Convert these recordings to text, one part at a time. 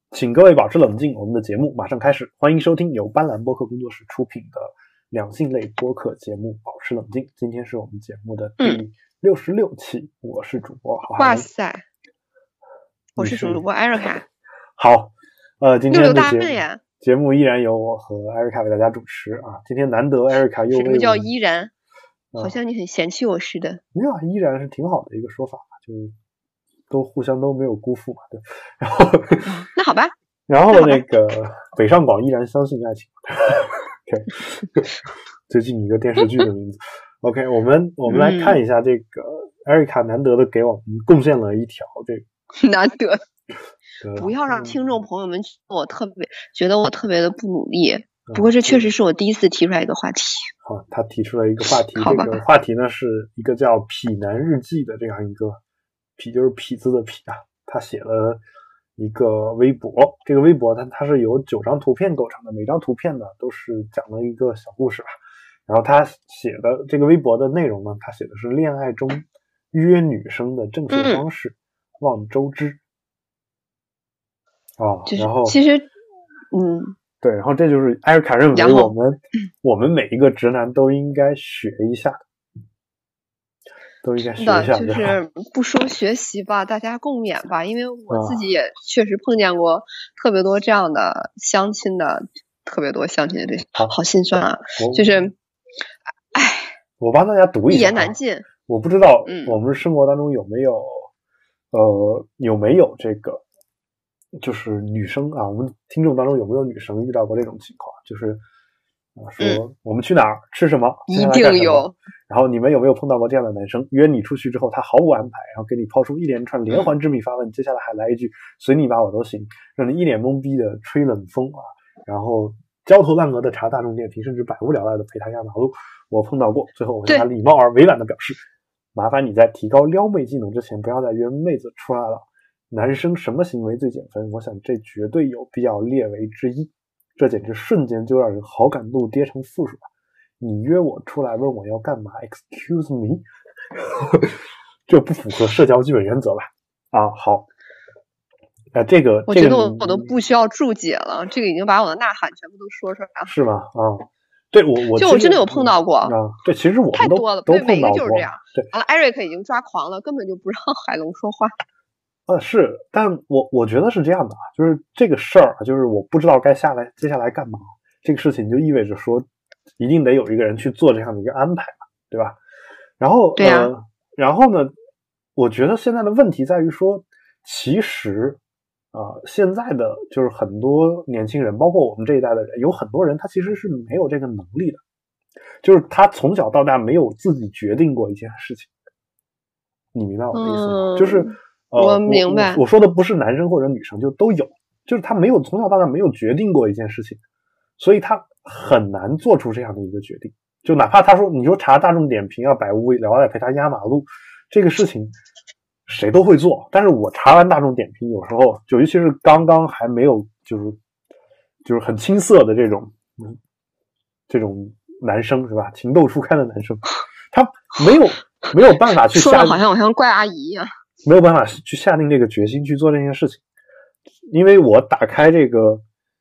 请各位保持冷静，我们的节目马上开始。欢迎收听由斑斓播客工作室出品的两性类播客节目《保持冷静》。今天是我们节目的第66期，我是主播郝海。 哇塞，我是主播艾瑞卡。 好，今天的节目依然由我和艾瑞卡为大家主持啊。今天难得艾瑞卡又为什么叫依然？好像你很嫌弃我似的。 没有啊，依然是挺好的一个说法，就是都互相都没有辜负嘛，对。然后那好吧。 然后那个北上广依然相信爱情。OK， 最近一个电视剧的名字。OK， 我们来看一下这个艾瑞卡难得的给我们贡献了一条这个难得。不要让听众朋友们觉得我特别的不努力。不过这确实是我第一次提出来一个话题。 好，他提出了一个话题，这个话题呢是一个叫痞男日记的这样一个痞就是痞子的痞啊，他写了一个微博，这个微博它是由9张图片构成的，每张图片呢都是讲了一个小故事吧。然后他写的这个微博的内容呢，他写的是恋爱中约女生的正确方式，望周知。然后其实对，然后这就是艾瑞卡认为我们每一个直男都应该学一下的，都应该学一下。 就是不说学习吧，大家共勉吧，因为我自己也确实碰见过特别多这样的相亲的，特别多相亲的对象，好心酸啊！就是我帮大家读一下， 一言难尽。 我不知道我们生活当中有没有这个就是女生啊，我们听众当中有没有女生遇到过这种情况，就是说我们去哪儿吃什么， 一定有。 然后你们有没有碰到过这样的男生，约你出去之后他毫无安排，然后给你抛出一连串连环致命发问，接下来还来一句随你吧我都行，让你一脸懵逼的吹冷风啊，然后焦头烂额的查大众点评，甚至百无聊赖的陪他压马路。我碰到过，最后我向他礼貌而委婉的表示，麻烦你在提高撩妹技能之前不要再约妹子出来了，男生什么行为最减分？我想这绝对有必要列为之一，这简直瞬间就让人好感度跌成负数了。你约我出来问我要干嘛 ？Excuse me， 这不符合社交基本原则吧？啊，好，这个我觉得我都不需要注解了，这个已经把我的呐喊全部都说出来了。 是吗？啊。对，我真的有碰到过对，其实我们太多了， 都碰到过， 每个就是这样。 对， 完了，艾瑞克已经抓狂了，根本就不让海龙说话。 是，但我觉得是这样的，就是这个事儿，就是我不知道接下来干嘛，这个事情就意味着说，一定得有一个人去做这样的一个安排嘛，对吧？然后对啊， 然后呢，我觉得现在的问题在于说，其实现在的就是很多年轻人，包括我们这一代的人，有很多人他其实是没有这个能力的，就是他从小到大没有自己决定过一件事情。你明白我的意思吗？就是我明白， 我说的不是男生或者女生，就都有，就是他没有从小到大没有决定过一件事情，所以他很难做出这样的一个决定。就哪怕你说查大众点评要百无聊赖陪他压马路，这个事情谁都会做，但是我查完大众点评，有时候尤其是刚刚还没有就是很青涩的这种男生是吧？情窦初开的男生，他没有办法去说的好像我像怪阿姨一样， 没有办法去下定这个决心去做这件事情。因为我打开这个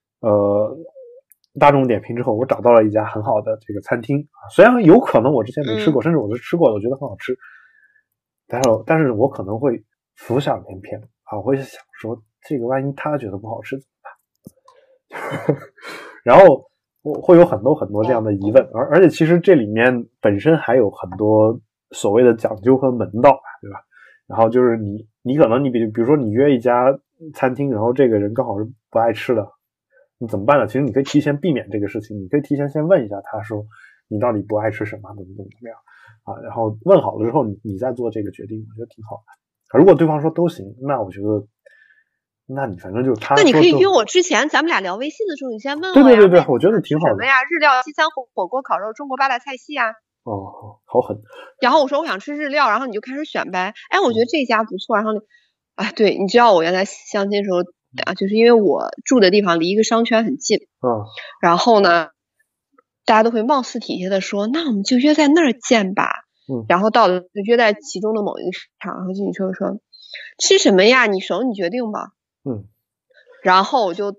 大众点评之后，我找到了一家很好的这个餐厅啊，虽然有可能我之前没吃过，甚至我是吃过的，我觉得很好吃。但是我可能会浮想联翩啊，我会想说，这个万一他觉得不好吃怎么办？然后我会有很多这样的疑问，而且其实这里面本身还有很多所谓的讲究和门道，对吧？然后就是你可能比如说你约一家餐厅，然后这个人刚好是不爱吃的，你怎么办呢？其实你可以提前避免这个事情，你可以提前先问一下他说你到底不爱吃什么，怎么样啊？然后问好了之后，你再做这个决定，我觉得挺好的。如果对方说都行，那我觉得，那你反正就是他。 那你可以约我之前，咱们俩聊微信的时候，你先问我呀。对，我觉得挺好的。 什么呀？日料、西餐、火锅、烤肉、中国8大菜系啊。 哦，好狠。 然后我说我想吃日料，然后你就开始选呗。哎，我觉得这家不错。然后对，你知道我原来相亲的时候啊，就是因为我住的地方离一个商圈很近。然后呢，大家都会貌似体贴的说，那我们就约在那儿见吧。然后到了就约在其中的某一个市场，然后经理说吃什么呀？你熟你决定吧。 然后我就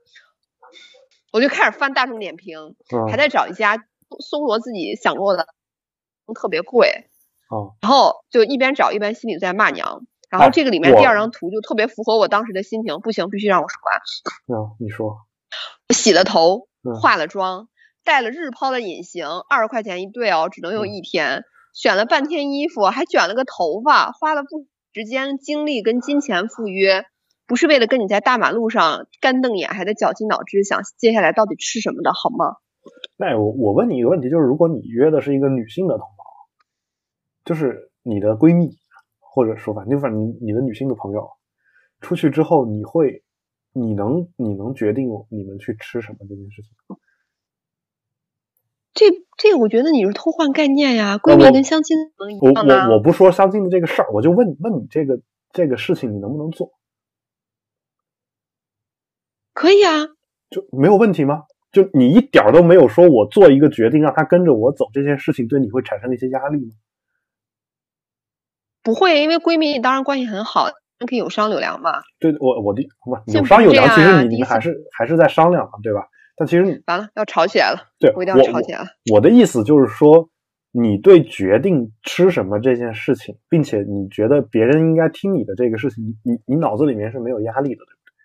开始翻大众点评，还在找一家搜罗自己想过的特别贵，然后就一边找一边心里在骂娘。然后这个里面第二张图就特别符合我当时的心情，不行，必须让我说完。你说。 洗了头，化了妆，戴了日抛的隐形，20块钱一对哦，只能用1天。选了半天衣服，还卷了个头发，花了不少时间、精力跟金钱赴约，不是为了跟你在大马路上干瞪眼，还得绞尽脑汁想接下来到底吃什么的，好吗？ 那我问你一个问题，就是如果你约的是一个女性的同胞，就是你的闺蜜，或者说反正你的女性的朋友，出去之后你能决定你们去吃什么这件事情？ 这个我觉得你是偷换概念呀，闺蜜跟相亲能一样的。 我不说相亲的这个事儿，我就问你这个事情你能不能做？ 可以啊， 就没有问题吗？就你一点都没有说我做一个决定让他跟着我走这件事情对你会产生一些压力吗？ 不会，因为闺蜜当然关系很好，可以有商有量嘛。 对，有商有量，其实你们还是在商量嘛，对吧？但其实完了要吵起来了， 对， 我一定要吵起来了。 我的意思就是说，你对决定吃什么这件事情，并且你觉得别人应该听你的这个事情，你脑子里面是没有压力的，对不对？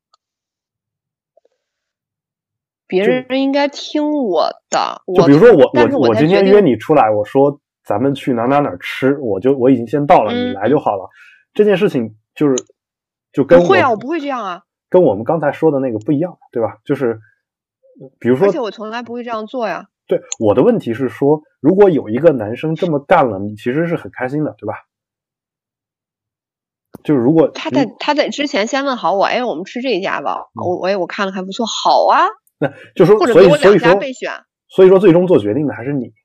别人应该听我的。 就比如说我今天约你出来，我说咱们去哪吃，我已经先到了，你来就好了。这件事情就跟不会啊，我不会这样啊， 跟我们刚才说的那个不一样，对吧？就是比如说， 而且我从来不会这样做呀。 对，我的问题是说，如果有一个男生这么干了，你其实是很开心的，对吧？就是如果他在之前先问好我，哎，我们吃这一家吧，我看了还不错，好啊。 那就说， 或者给我2家备选。 所以说，最终做决定的还是你。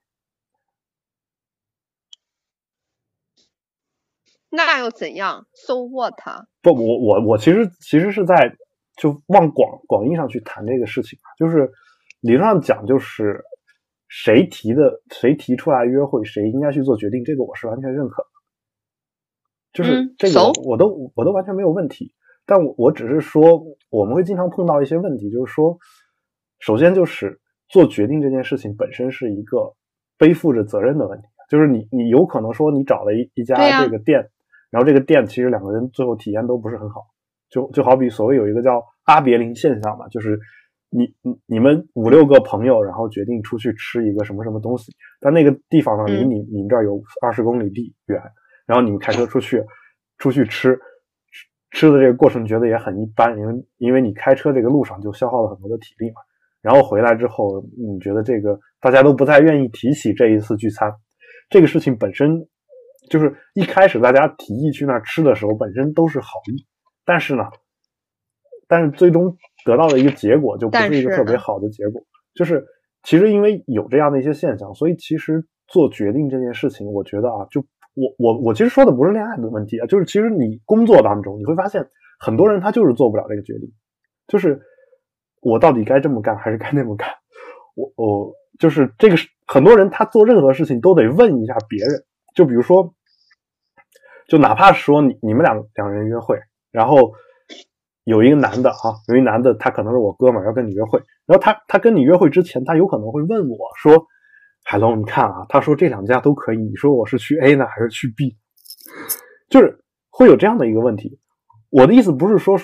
那又怎样 ？So what？ 不，我其实是在就往广义上去谈这个事情，就是理论上讲，就是谁提出来约会，谁应该去做决定，这个我是完全认可的。就是这个我都完全没有问题。但我只是说，我们会经常碰到一些问题，就是说，首先就是做决定这件事情本身是一个背负着责任的问题，就是你有可能说你找了一家这个店。然后这个店其实2个人最后体验都不是很好，就好比所谓有一个叫阿别林现象嘛，就是你们5、6个朋友，然后决定出去吃一个什么什么东西，但那个地方呢离你们这儿有20公里地远，然后你们开车出去吃的这个过程觉得也很一般，因为你开车这个路上就消耗了很多的体力嘛，然后回来之后你觉得这个大家都不太愿意提起这一次聚餐，这个事情本身。就是一开始大家提议去那儿吃的时候，本身都是好意，但是最终得到的一个结果就不是一个特别好的结果。就是其实因为有这样的一些现象，所以其实做决定这件事情，我觉得啊，就我其实说的不是恋爱的问题啊，就是其实你工作当中你会发现，很多人他就是做不了这个决定，就是我到底该这么干还是该那么干，我就是这个很多人他做任何事情都得问一下别人。就比如说，就哪怕说你们两人约会，然后有一个男的他可能是我哥们儿要跟你约会，然后他跟你约会之前，他有可能会问我说 ：“Hello， 你看啊，他说这2家都可以，你说我是去 A 呢还是去 B？” 就是会有这样的一个问题。我的意思不是说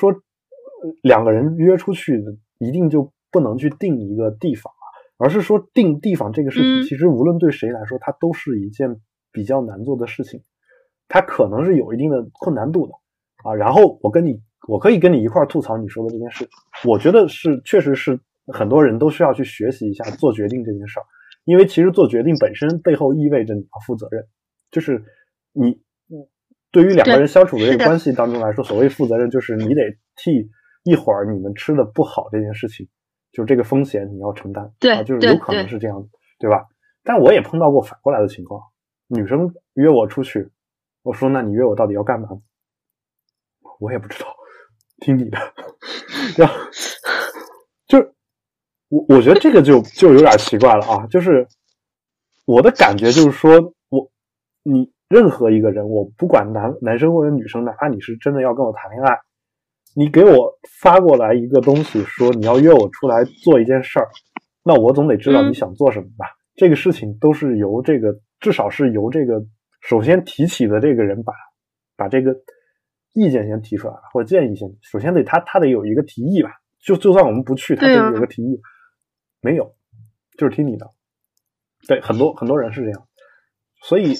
2个人约出去一定就不能去定一个地方啊，而是说定地方这个事情，其实无论对谁来说，它都是一件比较难做的事情，它可能是有一定的困难度的啊。然后我可以跟你一块吐槽你说的这件事，我觉得确实是很多人都需要去学习一下做决定这件事儿，因为其实做决定本身背后意味着你要负责任，就是你对于2个人相处的这个关系当中来说，所谓负责任就是你得替一会儿你们吃的不好这件事情，就是这个风险你要承担， 对， 就是有可能是这样的，对吧？但我也碰到过反过来的情况。女生约我出去，我说那你约我到底要干嘛？我也不知道，听你的。然后就是我觉得这个就有点奇怪了啊，就是我的感觉就是说你任何一个人，我不管男生或者女生，哪怕你是真的要跟我谈恋爱， 你给我发过来一个东西，说你要约我出来做一件事儿，那我总得知道你想做什么吧？这个事情都是由这个，至少是由这个首先提起的这个人把这个意见先提出来，或者建议先，首先他得有一个提议吧。就算我们不去，他得有个提议，没有，就是听你的。对，很多人是这样，所以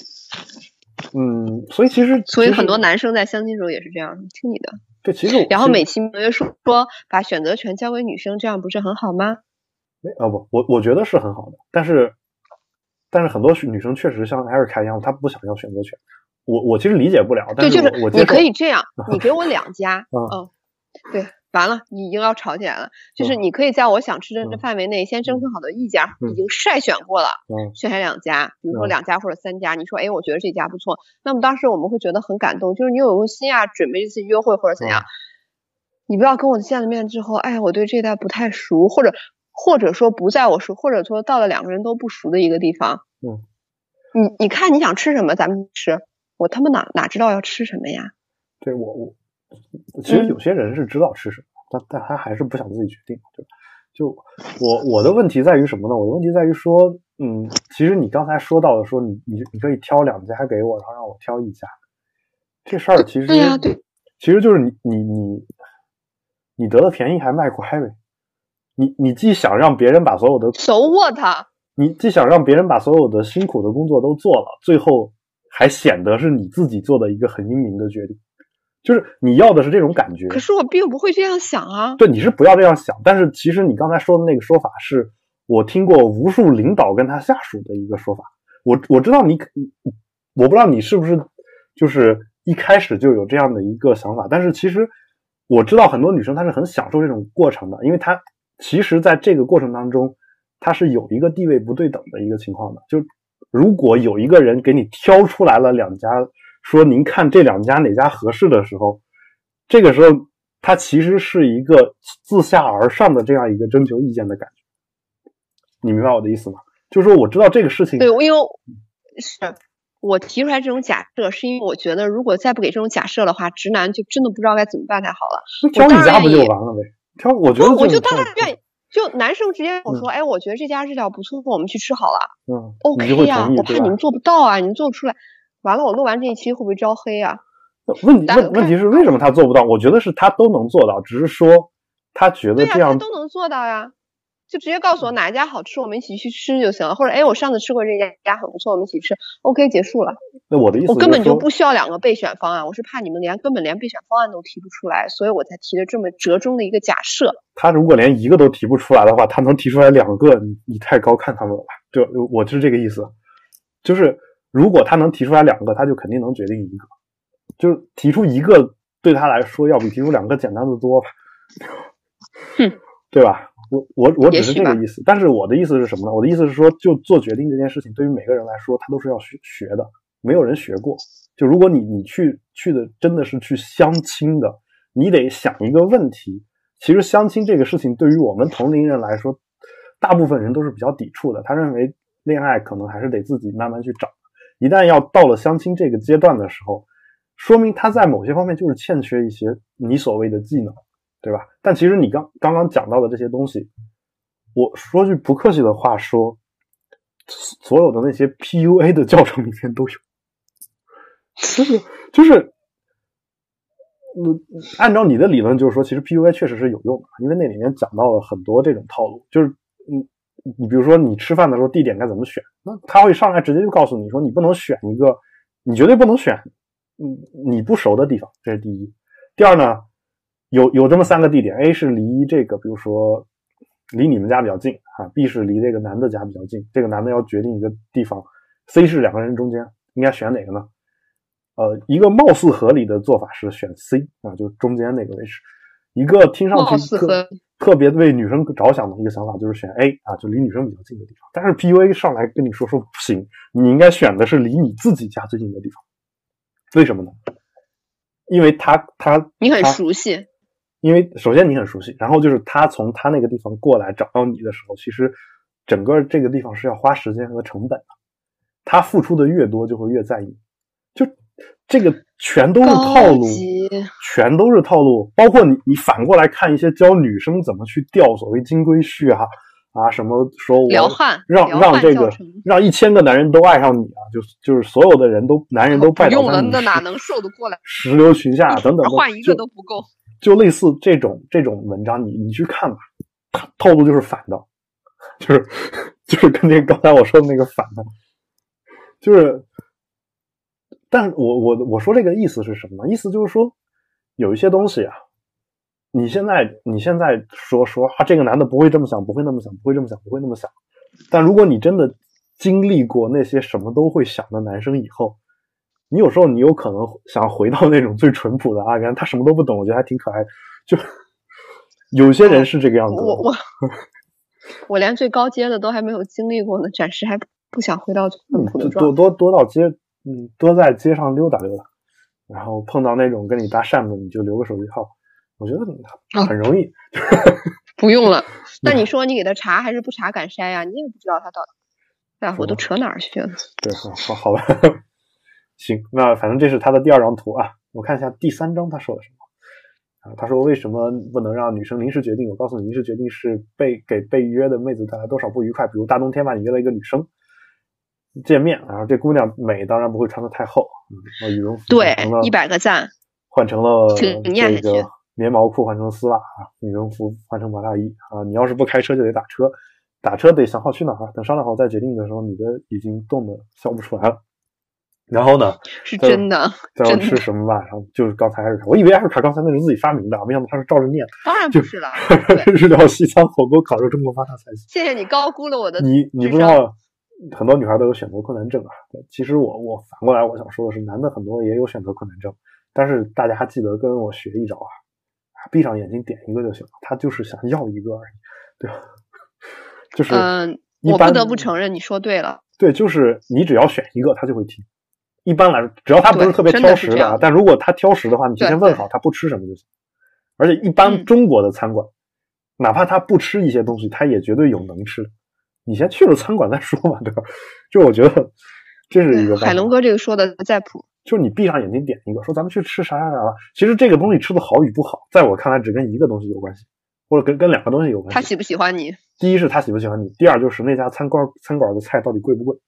所以很多男生在相亲时候也是这样，听你的。 对，其实然后美其名曰说把选择权交给女生，这样不是很好吗？ 我觉得是很好的，但是很多女生确实像艾瑞卡一样，她不想要选择权。我其实理解不了，但是就是你可以这样，你给我2家，对，完了，你已经要吵起来了。就是你可以在我想吃的范围内先征求好的意见，已经筛选过了，选下2家，比如说2家或者3家，你说，哎，我觉得这家不错，那么当时我们会觉得很感动，就是你有用心啊，准备这次约会或者怎样。你不要跟我见了面之后，哎，我对这家不太熟，或者说不在我熟，或者说到了2个人都不熟的一个地方，你看你想吃什么，咱们吃。我他妈哪知道要吃什么呀？ 对，我其实有些人是知道吃什么，但他还是不想自己决定，对吧？就我的问题在于什么呢？我的问题在于说，其实你刚才说到的，说你可以挑2家给我，然后让我挑1家，这事儿其实对呀，对， 其实就是你得了便宜还卖乖呗。你既想让别人把所有的 So what？ 你既想让别人把所有的辛苦的工作都做了，最后还显得是你自己做的一个很英明的决定，就是你要的是这种感觉。 可是我并不会这样想啊。 对，你是不要这样想，但是其实你刚才说的那个说法是我听过无数领导跟他下属的一个说法。我知道我不知道你是不是就是一开始就有这样的一个想法，但是其实我知道很多女生她是很享受这种过程的，因为她其实在这个过程当中她是有一个地位不对等的一个情况的。就如果有一个人给你挑出来了2家，说您看这2家哪家合适的时候，这个时候他其实是一个自下而上的这样一个征求意见的感觉。你明白我的意思吗？就是说我知道这个事情， 对，因为是我提出来这种假设，是因为我觉得如果再不给这种假设的话，直男就真的不知道该怎么办才好了。 挑1家不就完了呗？我觉得我就当然愿意。就男生直接跟我说，哎，我觉得这家日料不错，我们去吃好了。OK 呀，我怕你们做不到啊，你们做不出来。完了，我录完这一期会不会招黑啊？ 问题是为什么他做不到？我觉得是他都能做到，只是说他觉得这样他都能做到呀。就直接告诉我哪一家好吃，我们一起去吃就行了。或者，哎，我上次吃过这家很不错，我们一起吃 ，OK， 结束了。 那我的意思， 我根本就不需要2个备选方案，我是怕你们根本连备选方案都提不出来，所以我才提了这么折中的一个假设。 他如果连一个都提不出来的话，他能提出来2个，你太高看他们了吧？就我是这个意思，就是如果他能提出来2个，他就肯定能决定1个，就是提出1个对他来说要比提出2个简单的多吧？对吧？我只是这个意思，但是我的意思是什么呢？我的意思是说，就做决定这件事情，对于每个人来说，他都是要学的，没有人学过。就如果你去的真的是去相亲的，你得想一个问题。其实相亲这个事情，对于我们同龄人来说，大部分人都是比较抵触的。他认为恋爱可能还是得自己慢慢去找。一旦要到了相亲这个阶段的时候，说明他在某些方面就是欠缺一些你所谓的技能。对吧？但其实你刚刚讲到的这些东西，我说句不客气的话说，所有的那些 PUA 的教程里面都有，就是按照你的理论，就是说，其实 PUA 确实是有用的，因为那里面讲到了很多这种套路，就是你比如说你吃饭的时候地点该怎么选，那他会上来直接就告诉你说，你不能选一个，你绝对不能选你不熟的地方，这是第一。第二呢？有这么3个地点 ，A 是离这个，比如说离你们家比较近啊 ，B 是离这个男的家比较近，这个男的要决定一个地方 ，C 是2个人中间，应该选哪个呢？一个貌似合理的做法是选 C 啊，就是中间那个位置。一个听上去特别为女生着想的一个想法就是选 A 啊，就离女生比较近的地方。但是 PUA 上来跟你说不行，你应该选的是离你自己家最近的地方。为什么呢？因为你很熟悉。 因为首先你很熟悉，然后就是他从他那个地方过来找到你的时候，其实整个这个地方是要花时间和成本的，他付出的越多就会越在意。就这个全都是套路，全都是套路。包括你反过来看一些教女生怎么去钓所谓金龟婿什么说我让这个让1000个男人都爱上你啊，就是所有的男人都拜倒在你， 那哪能受得过来？ 石榴裙下等等， 换一个都不够。 就类似这种文章，你去看吧，套路就是反的，就是跟那个刚才我说的那个反的，就是。但我说这个意思是什么呢？意思就是说，有一些东西啊，你现在说这个男的不会这么想，不会那么想，不会这么想，不会那么想。但如果你真的经历过那些什么都会想的男生以后，你有时候你有可能想回到那种最淳朴的阿甘，他什么都不懂，我觉得还挺可爱。就有些人是这个样子的。 我连最高阶的都还没有经历过呢，暂时还不想回到淳朴的状态。多到街。多在街上溜达溜达，然后碰到那种跟你搭讪的，你就留个手机号。我觉得很容易。 不用了。那你说你给他查还是不查敢筛呀？你也不知道他到底。哎，我都扯哪儿去了？ 对，好吧。行，那反正这是他的第2张图啊。我看一下第3张他说了什么。他说为什么不能让女生临时决定？我告诉你，临时决定是给被约的妹子带来多少不愉快。比如大冬天吧，你约了一个女生见面，然后这姑娘美当然不会穿得太厚，羽绒服对100个赞， 换成了这个棉毛裤，换成了丝袜羽绒服换成毛大衣你要是不开车就得打车，打车得想好去哪儿，等商量好再决定的时候，女的已经冻得笑不出来了。然后呢， 是真的， 再要吃什么吧？然后就是刚才艾瑞卡，我以为艾瑞卡刚才那人自己发明的，没想到他是照着念。 当然不是了， 日料西餐火锅烤肉中国发大菜。 谢谢你高估了我的。 你不知道。很多女孩都有选择困难症其实我反过来我想说的是，男的很多也有选择困难症，但是大家记得跟我学一招闭上眼睛点一个就行了，他就是想要一个而已，对吧？就是我不得不承认你说对了， 对，就是你只要选一个他就会听。一般来说，只要他不是特别挑食的但如果他挑食的话，你提前问好他不吃什么就行。而且一般中国的餐馆哪怕他不吃一些东西，他也绝对有能吃的。你先去了餐馆再说嘛，对吧？就我觉得这是一个海龙哥这个说的在谱， 就是你闭上眼睛点一个，说咱们去吃啥啥啥了。其实这个东西吃的好与不好，在我看来只跟一个东西有关系，或者跟2个东西有关系。 他喜不喜欢你？ 第一是他喜不喜欢你，第二就是那家餐馆的菜到底贵不贵。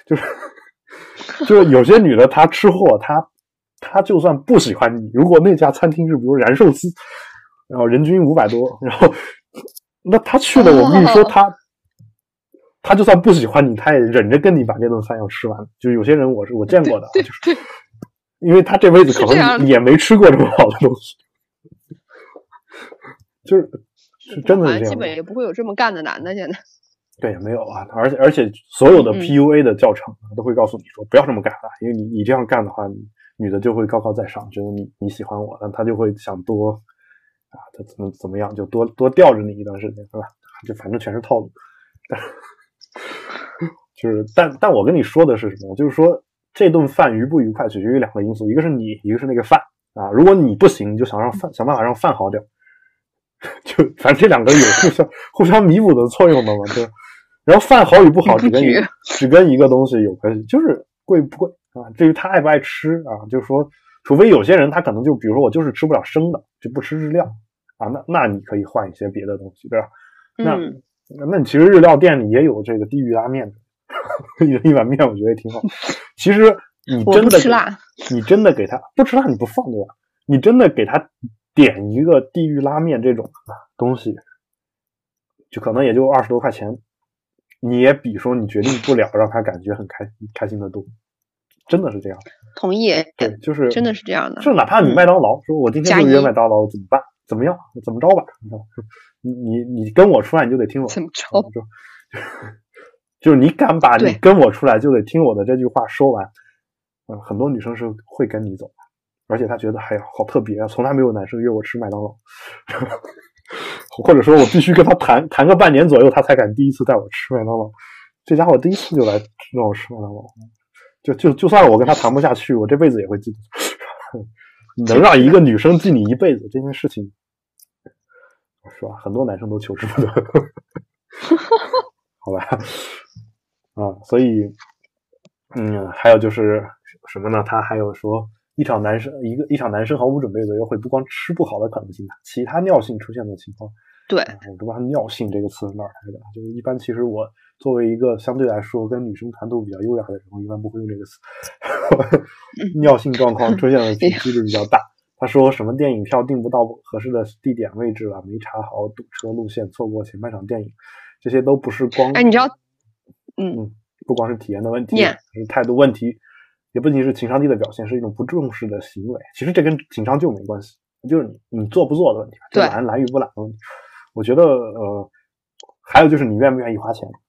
就是有些女的她吃货，她就算不喜欢你，如果那家餐厅是比如燃寿司，然后人均500多，然后那她去了，我跟你说他就算不喜欢你，他也忍着跟你把这顿饭要吃完。就有些人我见过的，就是因为他这辈子可能也没吃过这么好的东西，是真的是这样。 基本也不会有这么干的男的现在。 对，也没有而且所有的 PUA 的教程都会告诉你说不要这么干因为你这样干的话，女的就会高高在上，觉得你喜欢我，那她就会想多她怎么样，就多吊着你一段时间，是吧？就反正全是套路。就是但我跟你说的是什么？就是说这顿饭愉不愉快取决于2个因素，一个是你，一个是那个饭如果你不行，你就想办法让饭好点，就反正这2个有互相弥补的作用的嘛，对吧？然后饭好与不好只跟一个东西有关系，就是贵不贵至于他爱不爱吃就是说除非有些人他可能就比如说我就是吃不了生的，就不吃日料那你可以换一些别的东西，对吧？那你其实日料店里也有这个地狱拉面一碗面我觉得也挺好。其实你真的给他不吃辣你不放对吧？你真的给他点一个地狱拉面这种东西，就可能也就20多块钱，你也比说你决定不了让他感觉很开心的多，真的是这样。 同意。 对，就是真的是这样的。 就哪怕你麦当劳说我今天就约麦当劳怎么办？怎么样？怎么着吧？你跟我出来你就得听我怎么着？ 就是你敢把你跟我出来就得听我的这句话说完，很多女生是会跟你走的，而且她觉得哎呀好特别从来没有男生约我吃麦当劳，或者说我必须跟他谈个半年左右，他才敢第一次带我吃麦当劳。这家伙第一次就来让我吃麦当劳，就算我跟他谈不下去，我这辈子也会记得。能让一个女生记你一辈子这件事情，是吧？很多男生都求之不得。好吧，所以还有就是什么呢？他还有说一场男生毫无准备的约会，不光吃不好的可能性大，其他尿性出现的情况， 对， 我都不知道尿性这个词是哪儿来的。就是一般其实我作为一个相对来说跟女生谈吐比较优雅的人，我一般不会用这个词。尿性状况出现的几率比较大。他说什么电影票订不到合适的地点位置了，没查好堵车路线，错过前半场电影，这些都不是光你知道， 不光是体验的问题，是态度问题，也不仅是情商低的表现，是一种不重视的行为。其实这跟情商就没关系，就是你做不做的问题，就懒与不懒的问题。我觉得还有就是你愿不愿意花钱，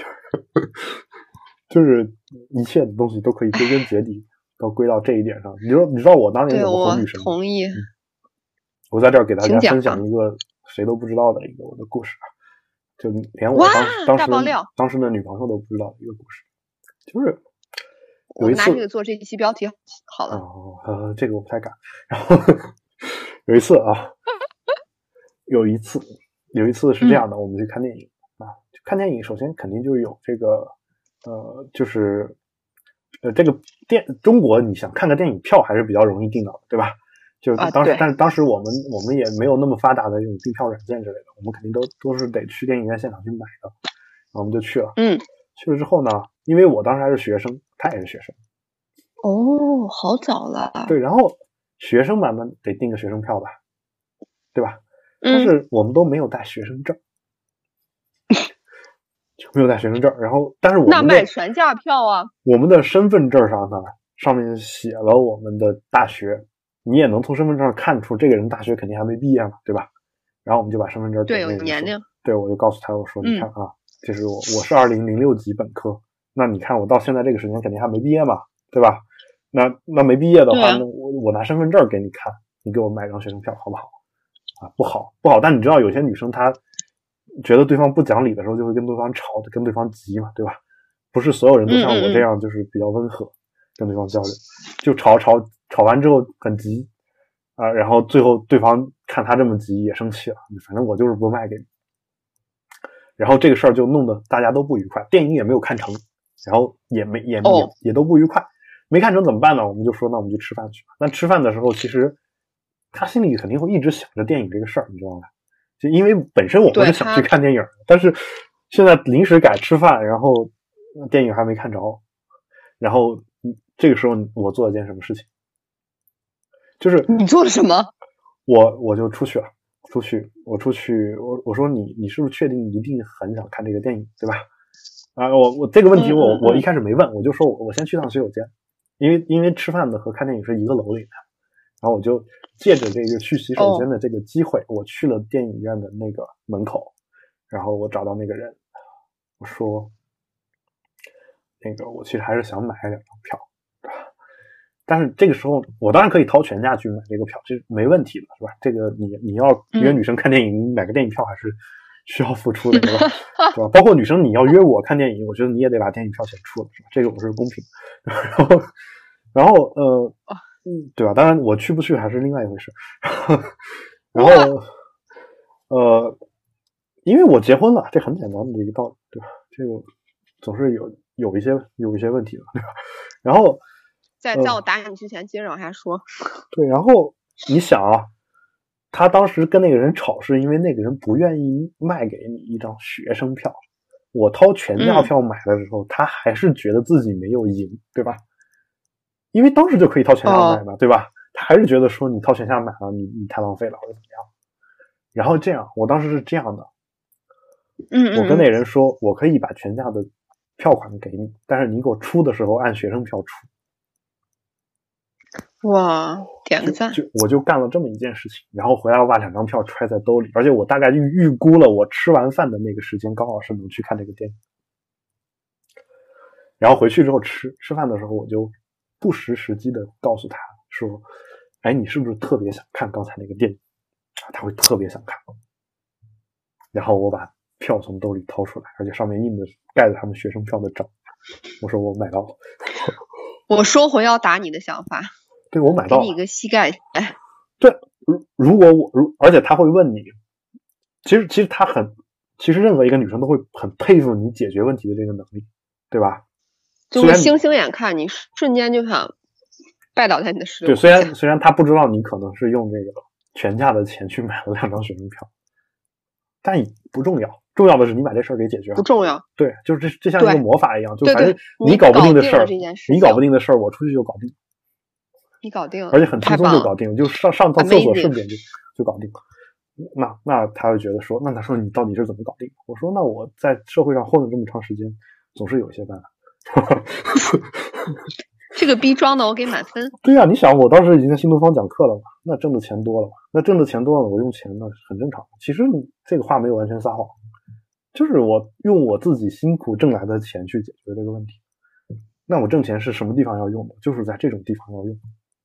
就是一切的东西都可以归根结底都归到这一点上。你知道我当年怎么哄女生？ 我同意。 我在这儿给大家分享一个谁都不知道的一个我的故事，就连我当时的女朋友都不知道的一个故事。就是有一次， 我拿这个做这一期标题好了。 这个我不太敢。然后有一次啊，有一次是这样的，我们去看电影啊，看电影首先肯定就有这个就是这个中国你想看个电影票还是比较容易订到的，对吧？就当时，但是当时我们也没有那么发达的这种订票软件之类的，我们肯定都是得去电影院现场去买的。然后我们就去了。去了之后呢，因为我当时还是学生，他也是学生。 哦，好早了。 对，然后学生嘛，那得订个学生票吧，对吧？但是我们都没有带学生证，没有带学生证。然后，但是那买全价票啊。 我们的身份证上呢，上面写了我们的大学，你也能从身份证上看出这个人大学肯定还没毕业嘛，对吧？然后我们就把身份证对有年龄， 对，我就告诉他，我说你看啊，这是我是2006级本科，那你看我到现在这个时间肯定还没毕业嘛，对吧？那没毕业的话，那我拿身份证给你看，你给我买张学生票好不好？啊，不好。但你知道有些女生她觉得对方不讲理的时候，就会跟对方吵，跟对方急嘛，对吧？不是所有人都像我这样，就是比较温和，跟对方交流，就吵完之后很急啊，然后最后对方看他这么急也生气了，反正我就是不卖给你。然后这个事儿就弄得大家都不愉快，电影也没有看成，然后也都不愉快。没看成怎么办呢？我们就说那我们去吃饭去吧。那吃饭的时候，其实他心里肯定会一直想着电影这个事儿，你知道吗？就因为本身我不是想去看电影，但是现在临时改吃饭，然后电影还没看着，然后这个时候我做了件什么事情？就是你做了什么？ 我就出去了，我说你是不是确定你一定很想看这个电影，对吧？啊，我这个问题我一开始没问，我就说我先去趟洗手间。因为吃饭的和看电影是一个楼里的，然后我就借着这个去洗手间的这个机会，我去了电影院的那个门口，然后我找到那个人，我说那个我其实还是想买2张票，但是这个时候我当然可以掏全价去买这个票，这是没问题的，是吧？这个你要约女生看电影，买个电影票还是需要付出的，对吧？对吧？包括女生你要约我看电影，我觉得你也得把电影票钱出了，是吧？这个我是公平。然后对吧？当然我去不去还是另外一回事。然后因为我结婚了，这很简单的一个道理，对吧？这个总是有一些问题的，对吧？然后在我打你之前接着往下说。 对，然后你想啊，他当时跟那个人吵，是因为那个人不愿意卖给你一张学生票。我掏全价票买的时候，他还是觉得自己没有赢，对吧？因为当时就可以掏全价买嘛，对吧？他还是觉得说你掏全价买了，你太浪费了或者怎么样。然后这样，我当时是这样的，我跟那人说，我可以把全价的票款给你，但是你给我出的时候按学生票出。 哇，点个赞！ 我就干了这么一件事情，然后回来我把2张票揣在兜里，而且我大概预估了我吃完饭的那个时间刚好是能去看这个电影。然后回去之后吃饭的时候，我就不失时机的告诉他说：“哎，你是不是特别想看刚才那个电影？”他会特别想看。然后我把票从兜里掏出来，而且上面印的盖着他们学生票的章。我说我买到了。 我收回要打你的想法。 对，我买到了。 给你一个膝盖。哎， 对，如果而且他会问你，其实任何一个女生都会很佩服你解决问题的这个能力，对吧？ 就是星星眼看你瞬间就想拜倒在你的16 对，虽然他不知道你可能是用这个全价的钱去买了2张学生票，但不重要，重要的是你把这事儿给解决了。 不重要。 对，就是这像一个魔法一样，就反正你搞不定的事儿，你搞不定的事儿，我出去就搞定。 你搞定了， 而且很轻松就搞定，就上趟厕所顺便就搞定了。那他会觉得说，那他说你到底是怎么搞定的？我说那我在社会上混了这么长时间，总是有一些办法。 这个逼装的我给满分。 对呀，你想我当时已经在新东方讲课了嘛，那挣的钱多了嘛，那挣的钱多了，我用钱呢很正常。其实这个话没有完全撒谎，就是我用我自己辛苦挣来的钱去解决这个问题。那我挣钱是什么地方要用的？就是在这种地方要用。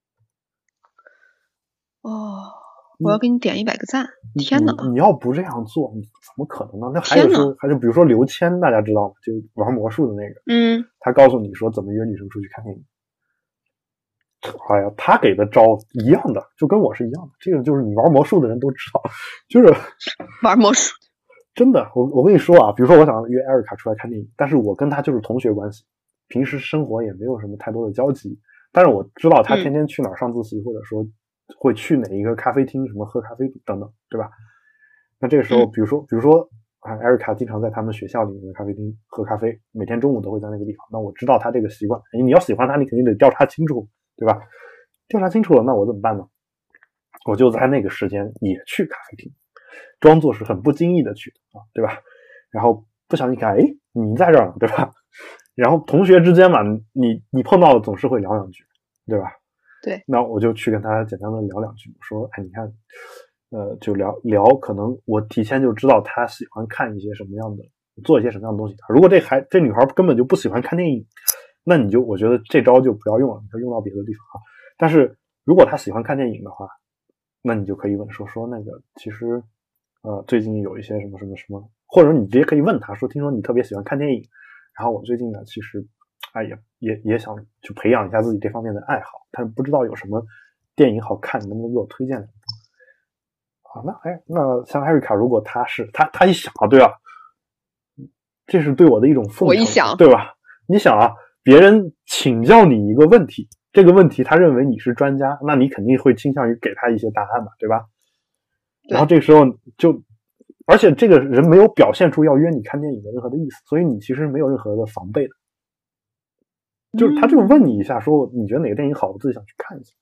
哦，我要给你点100个赞！天哪， 你要不这样做，你怎么可能呢？那还有比如说刘谦，大家知道吗？就玩魔术的那个，他告诉你说怎么约女生出去看电影。哎呀，他给的招一样的，就跟我是一样的。这个就是你玩魔术的人都知道，就是玩魔术。 真的，我跟你说啊，比如说我想约艾瑞卡出来看电影，但是我跟他就是同学关系，平时生活也没有什么太多的交集，但是我知道他天天去哪儿上自习，或者说会去哪一个咖啡厅，什么喝咖啡等等，对吧？那这个时候，比如说艾瑞卡经常在他们学校里面的咖啡厅喝咖啡，每天中午都会在那个地方。那我知道他这个习惯，你要喜欢他，你肯定得调查清楚，对吧？调查清楚了，那我怎么办呢？我就在那个时间也去咖啡厅，装作是很不经意的去啊，对吧？然后不小心看，哎，你在这儿呢，对吧？然后同学之间嘛，你碰到了总是会聊两句，对吧？ 对。 那我就去跟他简单的聊两句，说，哎，你看，就聊，可能我提前就知道他喜欢看一些什么样的，做一些什么样的东西。如果这女孩根本就不喜欢看电影，那我觉得这招就不要用了，你可以用到别的地方啊。但是如果他喜欢看电影的话，那你就可以问说那个其实最近有一些什么什么什么，或者你直接可以问他说，听说你特别喜欢看电影，然后我最近呢其实也想去培养一下自己这方面的爱好，但是不知道有什么电影好看，你能不能给我推荐两部啊？那像艾瑞卡，如果他一想啊，对啊，这是对我的一种奉承， 我一想， 对吧？你想啊，别人请教你一个问题，这个问题他认为你是专家，那你肯定会倾向于给他一些答案嘛，对吧？然后这个时候而且这个人没有表现出要约你看电影的任何的意思，所以你其实没有任何的防备的，就是他就问你一下，说你觉得哪个电影好，我自己想去看一下。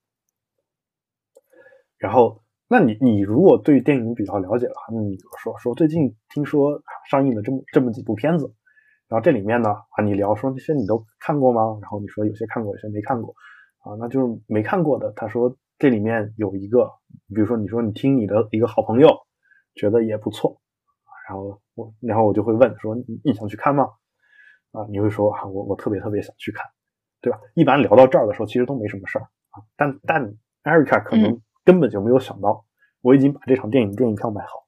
然后那你如果对电影比较了解的话，那你就说最近听说上映了这么几部片子，然后这里面呢你聊说这些你都看过吗？然后你说有些看过，有些没看过啊，那就是没看过的，他说这里面有一个，比如说你说你听你的一个好朋友觉得也不错，然后我就会问说你想去看吗？啊，你会说我特别特别想去看，对吧？一般聊到这儿的时候其实都没什么事儿啊，但艾瑞卡可能根本就没有想到我已经把这场电影票买好。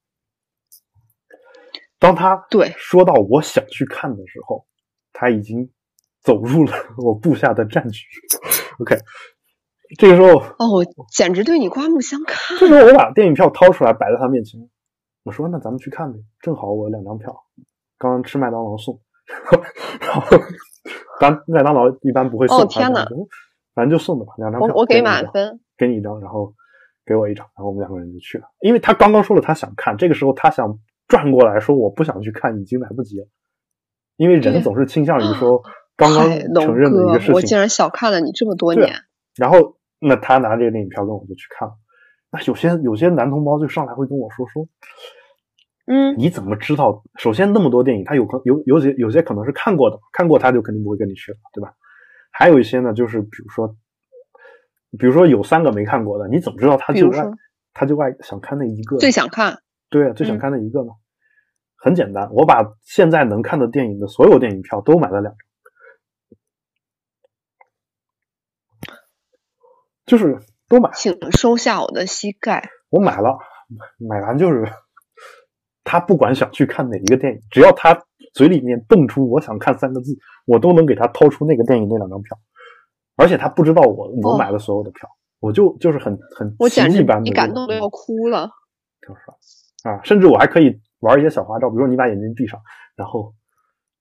当他说到我想去看的时候，他已经走入了我布下的战局。OK， 这个时候我简直对你刮目相看。 这时候我把电影票掏出来摆在他面前，我说那咱们去看呗，正好我2张票，刚刚吃麦当劳送，然后麦当劳一般不会送， 天哪， 反正就送的吧，2张票， 我给满分， 给你1张，然后给我1张，然后我们2个人就去了。因为他刚刚说了他想看，这个时候他想转过来说我不想去看，已经来不及了。因为人总是倾向于说刚刚承认的一个事情， 我竟然小看了你这么多年。 然后那他拿这个电影票跟我就去看了。那有些男同胞就上来会跟我说你怎么知道？首先那么多电影，他有些可能是看过的，看过他就肯定不会跟你去了，对吧？还有一些呢，就是比如说有3个没看过的，你怎么知道他就爱想看那一个？ 最想看， 对啊，最想看那一个呢？很简单，我把现在能看的电影的所有电影票都买了2张，就是都买。 请收下我的膝盖。 我买了，买完就是他不管想去看哪一个电影，只要他嘴里面蹦出我想看3个字，我都能给他掏出那个电影那2张票，而且他不知道我买了所有的票，我就是很奇迹般的， 你感动的要哭了， 就是啊，甚至我还可以玩一些小花招，比如说你把眼睛闭上，然后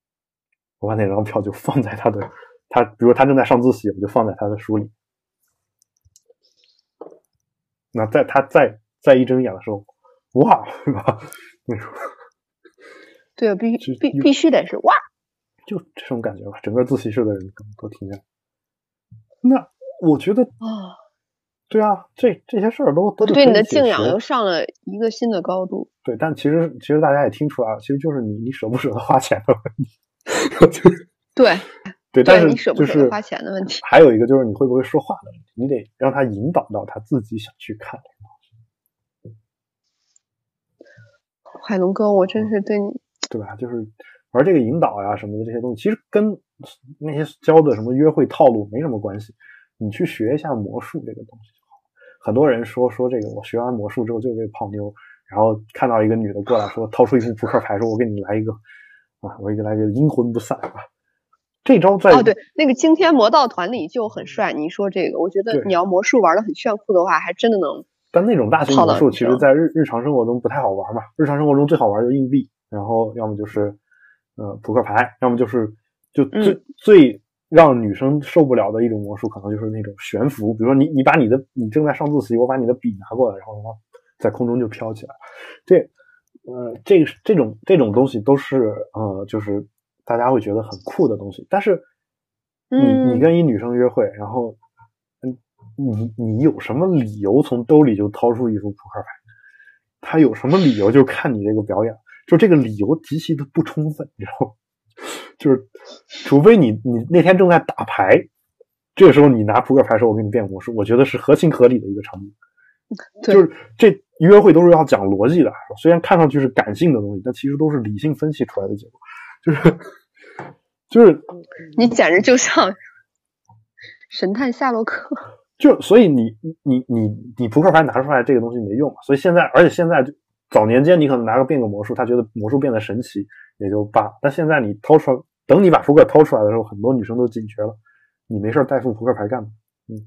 我把那张票就放在他比如他正在上自习，我就放在他的书里， 那在他再一睁眼的时候，哇，是吧？那种， 对，必须得是哇， 就这种感觉吧。整个自习室的人都听见。那我觉得啊， 对啊，这些事儿都对你的敬仰又上了一个新的高度。 对，但其实大家也听出来了，其实就是你舍不舍得花钱的问题。对，但是你舍不舍得花钱的问题。 还有一个就是你会不会说话的问题，你得让他引导到他自己想去看。 海龙哥，我真是对你， 对吧？就是玩这个引导呀什么的这些东西，其实跟那些教的什么约会套路没什么关系。你去学一下魔术这个东西就好。很多人说这个，我学完魔术之后就为泡妞，然后看到一个女的过来说，掏出一副扑克牌说：“我给你来一个啊，我给你来个阴魂不散啊。”这招在对，那个惊天魔盗团里就很帅。你说这个，我觉得你要魔术玩的很炫酷的话，还真的能。 但那种大型魔术其实在日常生活中不太好玩嘛。日常生活中最好玩就硬币，然后要么就是扑克牌，要么就是最让女生受不了的一种魔术，可能就是那种悬浮。比如说你把你正在上自习，我把你的笔拿过来，然后在空中就飘起来。这种东西都是就是大家会觉得很酷的东西。但是你跟一女生约会，然后你有什么理由从兜里就掏出一副扑克牌？他有什么理由就看你这个表演？就这个理由极其的不充分，你知道吗？就是除非你那天正在打牌，这个时候你拿扑克牌说我给你变魔术，我觉得是合情合理的一个场景。就是这约会都是要讲逻辑的，虽然看上去是感性的东西，但其实都是理性分析出来的结果。就是你简直就像神探夏洛克。 所以你扑克牌拿出来这个东西没用嘛。所以而且现在早年间你可能变个魔术，他觉得魔术变得神奇也就罢了。但现在你掏出来，等你把扑克掏出来的时候，很多女生都警觉了，你没事带副扑克牌干嘛？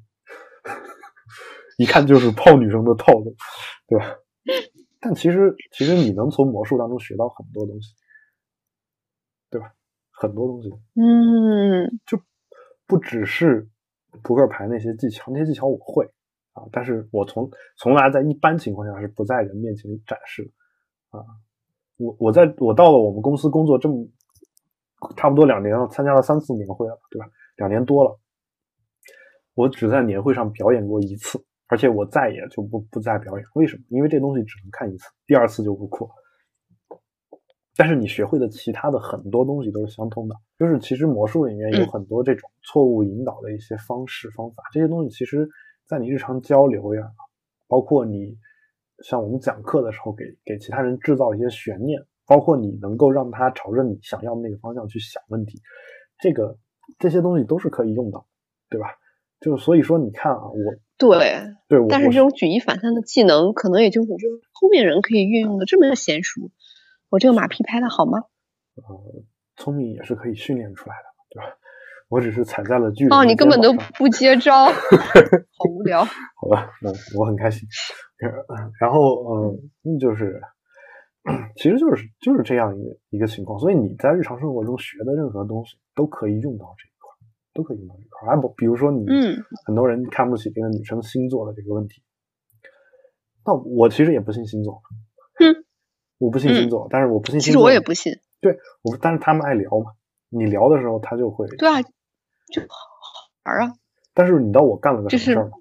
一看就是泡女生的套路，对吧？但其实你能从魔术当中学到很多东西，对吧？很多东西，就不只是扑克牌那些技巧，那些技巧我会啊，但是我从来在一般情况下是不在人面前展示啊。我到了我们公司工作这么差不多2年了，参加了3次年会了，对吧？2年多了，我只在年会上表演过1次，而且我再也就不再表演。为什么？因为这东西只能看1次，第2次就不酷。但是你学会的其他的很多东西都是相通的，就是其实魔术里面有很多这种错误引导的一些方法，这些东西其实在你日常交流呀，包括你像我们讲课的时候给其他人制造一些悬念，包括你能够让他朝着你想要的那个方向去想问题，这些东西都是可以用到，对吧？就所以说你看啊，对， 但是这种举一反三的技能，可能也就是聪明人可以运用的这么娴熟。我这个马屁拍的好吗？ 聪明也是可以训练出来的，对吧？我只是踩在了巨人的肩膀上。 你根本都不接招，好无聊。 好吧，我很开心。然后就是其实就是这样一个情况，所以你在日常生活中学的任何东西都可以用到这一块，都可以用到这一块。比如说你很多人看不起这个女生星座的这个问题，那我其实也不信星座。我不信星座，但是我不信星座。其实我也不信。 对，但是他们爱聊嘛，你聊的时候他就会。 对啊，就好玩啊。 但是你知道我干了个什么事儿吗？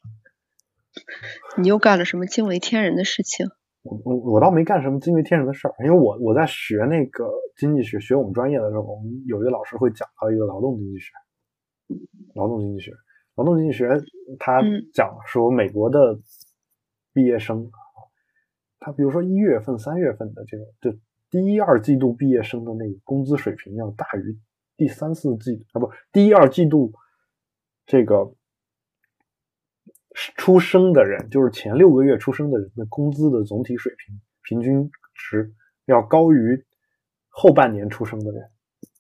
你又干了什么惊为天人的事情？ 我倒没干什么惊为天人的事儿，因为我在学那个经济学，学我们专业的时候，我们有一个老师会讲到一个劳动经济学。劳动经济学，他讲说美国的毕业生。他比如说1月份、3月份的这种，就第1、2季度毕业生的那个工资水平要大于第3、4季第1、2季度这个出生的人，就是前6个月出生的人的工资的总体水平平均值要高于后半年出生的人。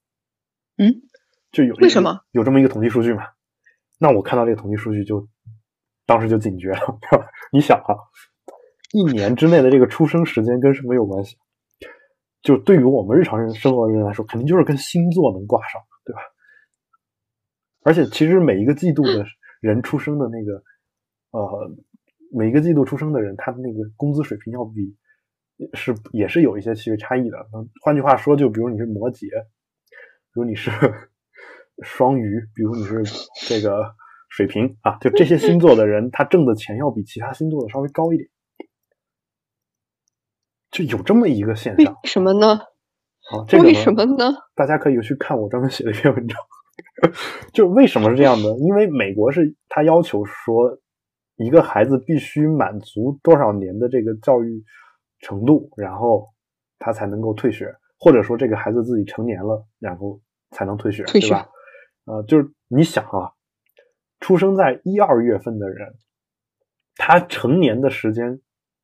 就为什么有这么一个统计数据嘛？那我看到这个统计数据当时就警觉了。你想啊，1年之内的这个出生时间跟什么有关系？就对于我们日常生活的人来说，肯定就是跟星座能挂上，对吧？而且其实每一个季度的人出生的那个每个季度出生的人，他的那个工资水平要比也是有一些细微差异的。换句话说，就比如你是摩羯，比如你是双鱼，比如你是这个水瓶啊，就这些星座的人，他挣的钱要比其他星座的稍微高一点，就有这么一个现象。 为什么呢？ 这个为什么呢？ 大家可以去看我专门写的一篇文章。就为什么是这样的？因为美国是他要求说，一个孩子必须满足多少年的这个教育程度，然后他才能够退学，或者说这个孩子自己成年了，然后才能退学，对吧？就是你想啊，出生在1、2月份的人，他成年的时间，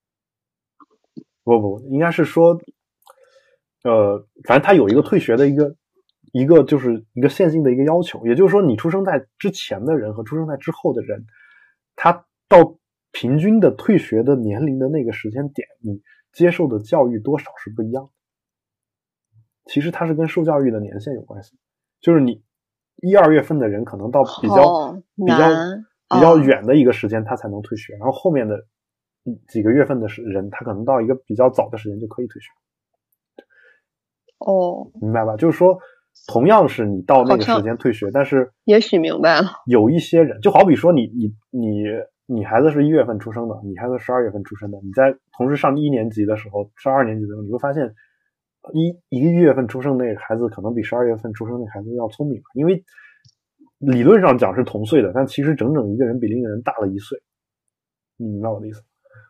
不，应该是说，反正他有一个退学的一个就是一个线性的一个要求，也就是说，你出生在之前的人和出生在之后的人，他到平均的退学的年龄的那个时间点，你接受的教育多少是不一样的。其实它是跟受教育的年限有关系，就是你1、2月份的人可能到比较远的一个时间他才能退学，然后后面的几个月份的人他可能到一个比较早的时间就可以退学。明白吧？就是说同样是你到那个时间退学，但是也许明白了， 有一些人就好比说你孩子是1月份出生的，你孩子12月份出生的，你在同时上1年级的时候，上2年级的时候，你会发现1月份出生那个孩子可能比12月份出生那个孩子要聪明，因为理论上讲是同岁的，但其实整整一个人比另一个人大了1岁。你明白我的意思？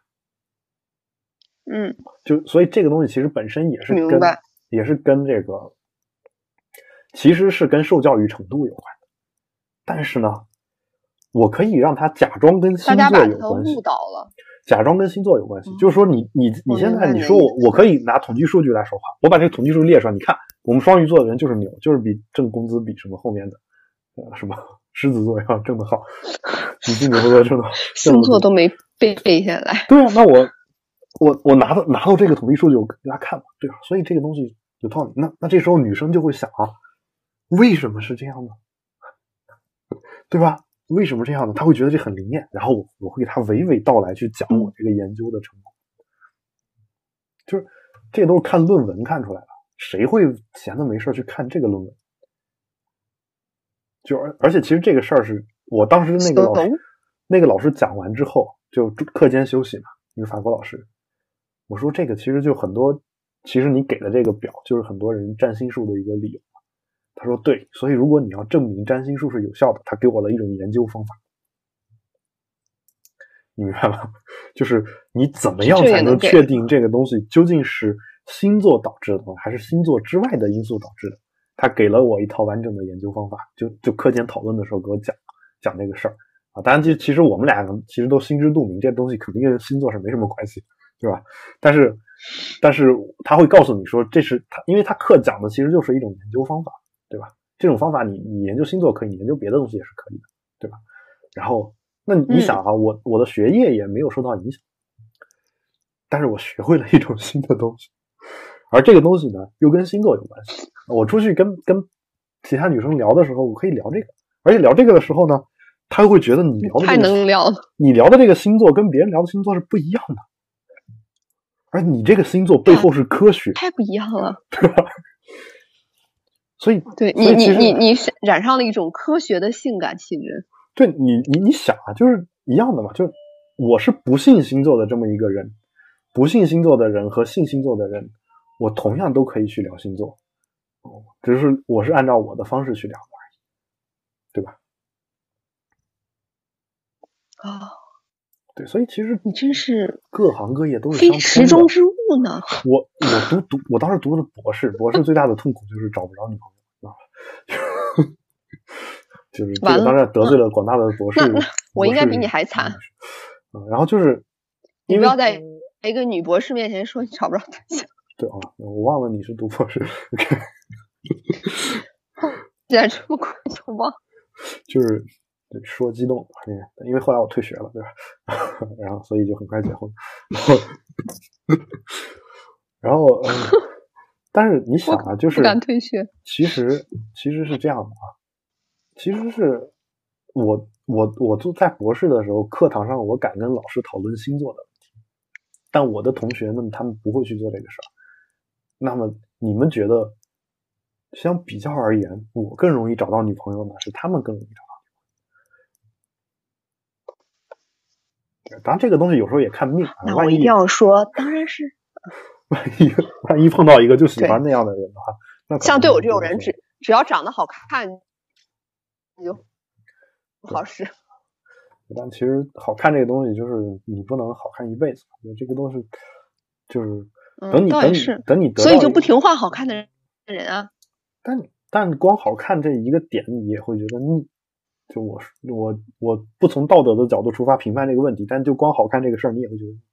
就所以这个东西其实本身也是跟这个其实是跟受教育程度有关的，但是呢，我可以让他假装跟星座有关系。 误导了。 假装跟星座有关系，就是说你现在你说我可以拿统计数据来说话，我把这个统计数据列出来，你看我们双鱼座的人就是牛，就是比挣工资比什么后面的什么狮子座要挣得好，比金牛座挣得好， 星座都没背下来。 对啊，那我拿到这个统计数据我给大家看嘛，对吧？所以这个东西有道理。那这时候女生就会想啊，为什么是这样呢？对吧？为什么这样呢？他会觉得这很灵验，然后我会给他娓娓道来去讲我这个研究的成果。就是这都是看论文看出来的，谁会闲的没事去看这个论文？就而且其实这个事儿是我当时那个老师讲完之后，就课间休息嘛，一个法国老师，我说这个其实就很多，其实你给的这个表就是很多人占星术的一个理由。他说对，所以如果你要证明占星术是有效的，他给我了一种研究方法。你明白吗？就是你怎么样才能确定这个东西究竟是星座导致的还是星座之外的因素导致的？他给了我一套完整的研究方法，就课间讨论的时候给我讲这个事儿啊。当然其实我们俩其实都心知肚明，这东西肯定跟星座是没什么关系，对吧？但是他会告诉你说，这是他，因为他课讲的其实就是一种研究方法，对吧？这种方法你研究星座可以，你研究别的东西也是可以的，对吧？然后那你想啊，我的学业也没有受到影响，但是我学会了一种新的东西，而这个东西呢又跟星座有关系。我出去跟其他女生聊的时候，我可以聊这个，而且聊这个的时候呢，她会觉得你聊的太能聊了， 你聊的这个星座跟别人聊的星座是不一样的，而你这个星座背后是科学， 太不一样了， 对吧？所以对你染上了一种科学的性感气质。 对你想啊，就是一样的嘛，就是我是不信星座的这么一个人，不信星座的人和信星座的人，我同样都可以去聊星座，只是我是按照我的方式去聊的而已，对吧？对，所以其实你真是各行各业都是相通的， 非池中之物呢。 我当时读的博士最大的痛苦就是找不着女朋友，就是这个当然得罪了广大的博士。 我应该比你还惨。 然后就是你不要在一个女博士面前说你找不着对象。 对啊，我忘了你是读博士。OK， 竟然这么快就忘。 就是说激动，因为后来我退学了，对吧？然后所以就很快结婚。然后但是你想啊，就是不敢退学。 其实是这样的啊，其实是我在博士的时候，课堂上我敢跟老师讨论星座的问题，但我的同学们他们不会去做这个事儿。那么你们觉得，相比较而言，我更容易找到女朋友呢，是他们更容易找到女朋友？当然，这个东西有时候也看命啊。 那我一定要说，当然是。 万一碰到一个就喜欢那样的人的话，那像对我这种人，只要长得好看，你就不好使。 但其实好看这个东西，就是你不能好看一辈子，这个东西就是等你得到， 所以就不停换好看的人啊。 但光好看这一个点，你也会觉得腻。就我不从道德的角度出发评判这个问题，但就光好看这个事儿，你也会觉得，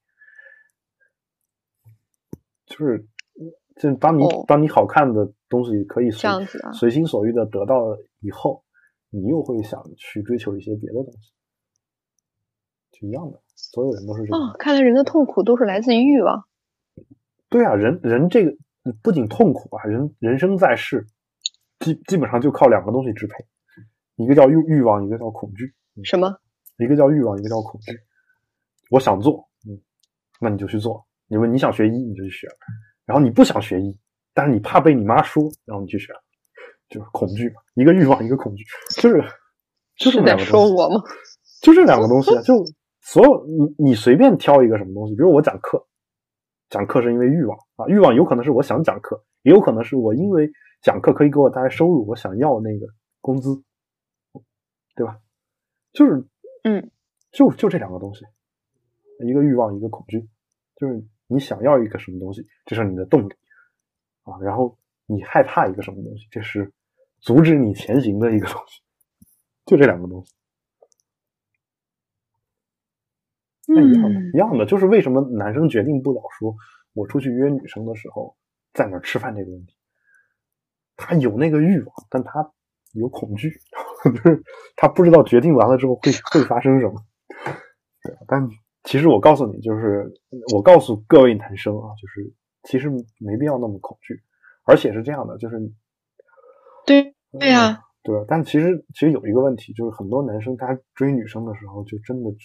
就当你好看的东西可以随心所欲的得到以后，你又会想去追求一些别的东西，就一样的，所有人都是这样。 看来人的痛苦都是来自于欲望。 对啊，人这个不仅痛苦啊，人生在世，基本上就靠两个东西支配，一个叫欲望，一个叫恐惧。 什么？ 一个叫欲望，一个叫恐惧。我想做，那你就去做。你想学医，你就去学。然后你不想学医，但是你怕被你妈说，然后你去学，就是恐惧嘛。一个欲望，一个恐惧，就是两个东西。 在说我吗？ 就这两个东西啊，就所有你随便挑一个什么东西，比如我讲课是因为欲望啊，欲望有可能是我想讲课，也有可能是我因为讲课可以给我带来收入，我想要那个工资，对吧？就是就这两个东西，一个欲望，一个恐惧，就是你想要一个什么东西，这是你的动力啊，然后你害怕一个什么东西，这是阻止你前行的一个东西，就这两个东西。那一样的，就是为什么男生决定不了说我出去约女生的时候在哪儿吃饭这个问题，他有那个欲望，但他有恐惧，就是他不知道决定完了之后会发生什么。对，但其实我告诉你，就是我告诉各位男生啊，就是其实没必要那么恐惧，而且是这样的，就是对呀， 对，但其实有一个问题，就是很多男生他追女生的时候，就真的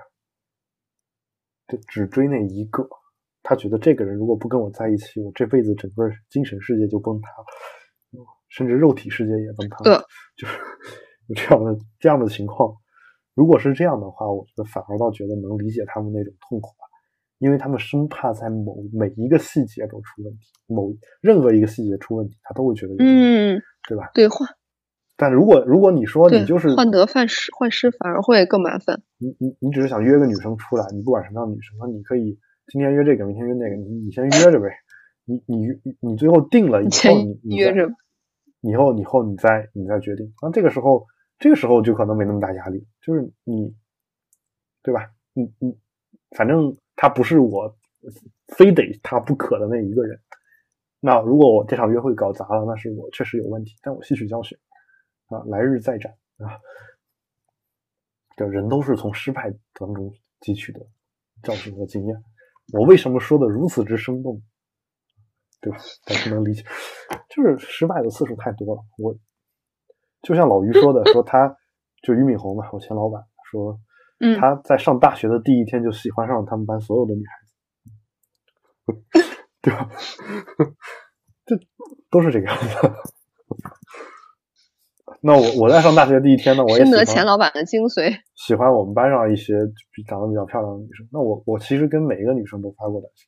只追那一个，他觉得这个人如果不跟我在一起，我这辈子整个精神世界就崩塌了，甚至肉体世界也崩塌了，就是有这样的情况。如果是这样的话，我觉得反而倒觉得能理解他们那种痛苦吧，因为他们生怕在每一个细节都出问题，任何一个细节出问题，他都会觉得对吧？ 对， 但如果你说你就是患得患失，反而会更麻烦。 你只是想约个女生出来，你不管什么样的女生，那你可以今天约这个，明天约那个，你先约着呗。你最后定了以后，你约着， 以后你再决定。那这个时候就可能没那么大压力，就是你，对吧？你反正他不是我非得他不可的那一个人。那如果我这场约会搞砸了，那是我确实有问题，但我吸取教训啊，来日再战啊。这人都是从失败当中汲取的教训和经验。我为什么说的如此之生动，对吧？大家能理解，就是失败的次数太多了。我就像老于说的，说他就俞敏洪嘛，我前老板说，他在上大学的第一天就喜欢上了他们班所有的女孩子，对吧？这都是这个样子。那我在上大学第一天呢，我也深得钱老板的精髓， 喜欢我们班上一些长得比较漂亮的女生。那我其实跟每一个女生都发过短信，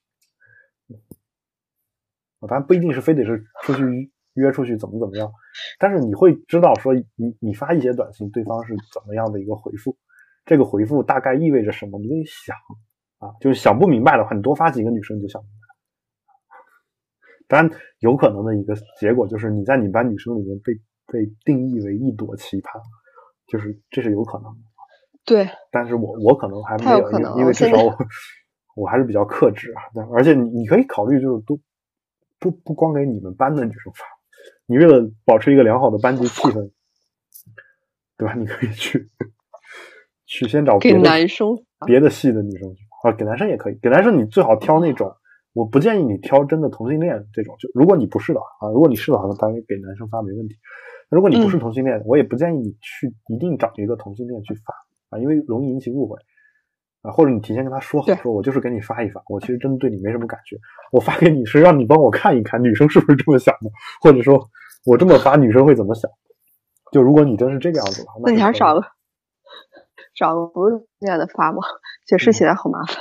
当然不一定是非得是出去约出去怎么样，但是你会知道说你发一些短信，对方是怎么样的一个回复，这个回复大概意味着什么，你得想啊，就是想不明白的话，你多发几个女生就想明白。当然有可能的一个结果就是你在你班女生里面被定义为一朵奇葩，就是这是有可能的。 对， 但是我可能还没有，因为至少我还是比较克制啊。而且你可以考虑，就是不光给你们班的女生发，你为了保持一个良好的班级气氛，对吧？你可以去先找别的系的女生去啊，给男生也可以，给男生你最好挑那种。我不建议你挑真的同性恋这种，就如果你不是的啊，如果你是的话，当然给男生发没问题。 如果你不是同性恋，我也不建议你去一定找一个同性恋去发啊，因为容易引起误会啊。或者你提前跟他说好，说我就是给你发一发，我其实真的对你没什么感觉，我发给你是让你帮我看一看女生是不是这么想的，或者说我这么发女生会怎么想。就如果你真是这个样子的话， 那你还是找个不是同性恋的发吧，解释起来好麻烦。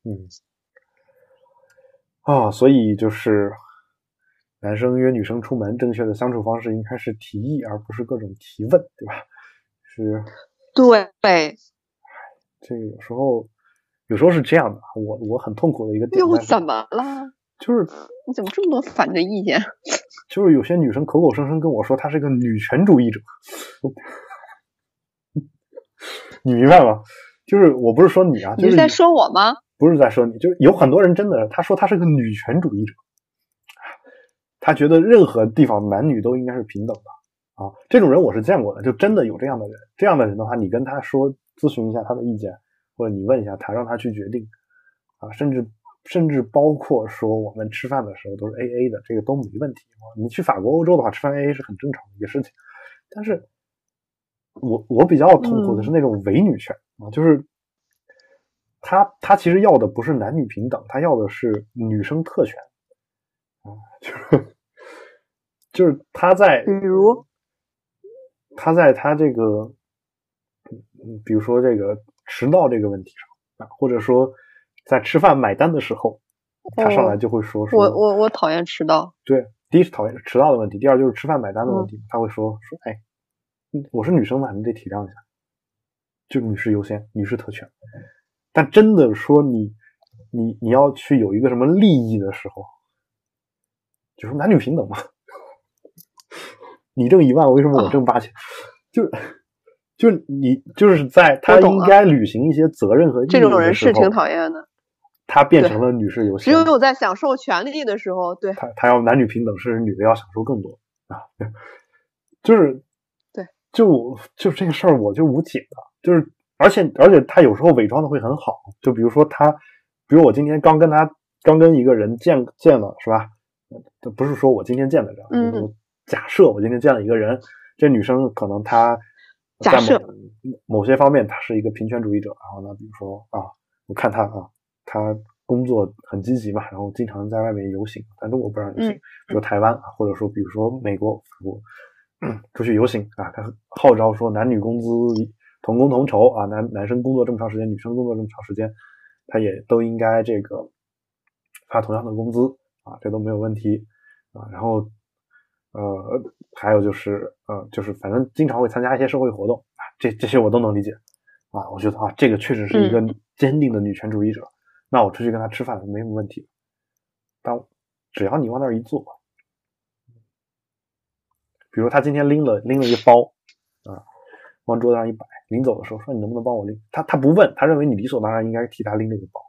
所以就是男生约女生出门，正确的相处方式应该是提议，而不是各种提问，对吧？ 对， 这个有时候是这样的，我很痛苦的一个点。 又怎么了？ 就是你怎么这么多反对意见？ 就是有些女生口口声声跟我说她是个女权主义者，你明白吗？就是我不是说你啊， 你是在说我吗？ 不是在说你，就是有很多人真的他说他是个女权主义者，他觉得任何地方男女都应该是平等的啊。这种人我是见过的，就真的有这样的人。这样的人的话，你跟他说咨询一下他的意见，或者你问一下他，让他去决定啊，甚至包括说我们吃饭的时候都是 AA 的，这个都没问题。你去法国、欧洲的话，吃饭 AA 是很正常的一个事情。但是我比较痛苦的是那种伪女权啊，就是他其实要的不是男女平等，他要的是女生特权啊，就是他在， 比如他这个，比如说这个迟到这个问题上啊，或者说在吃饭买单的时候，他上来就会说我讨厌迟到。 对，第一是讨厌迟到的问题，第二就是吃饭买单的问题，他会说哎，我是女生嘛，你得体谅一下，就女士优先，女士特权。但真的说你要去有一个什么利益的时候，就说男女平等嘛，你挣1万，为什么我挣8000？就是你就是在他应该履行一些责任和义务的时候， 这种人是挺讨厌的。 他变成了女士优先。 只有在享受权利的时候，对， 他要男女平等，是女的要享受更多啊。就是对，就这个事儿我就无解的，就是而且他有时候伪装的会很好，就比如说比如我今天刚跟一个人见了，是吧？不是说我今天见的人，就是假设我今天见了一个人，这女生可能她在某些方面她是一个平权主义者，然后呢，比如说我看她她工作很积极嘛，然后经常在外面游行，在中国不让游行，比如台湾或者说比如说美国、法国，出去游行啊，他号召说男女工资同工同酬啊，男生工作这么长时间，女生工作这么长时间，他也都应该这个发同样的工资啊，这都没有问题啊。然后还有就是反正经常会参加一些社会活动啊，这些我都能理解啊。我觉得这个确实是一个坚定的女权主义者，那我出去跟他吃饭没什么问题。但只要你往那儿一坐，比如他今天拎了一个包啊，往桌子上一摆，临走的时候说你能不能帮我拎？他不问，他认为你理所当然应该替他拎这个包，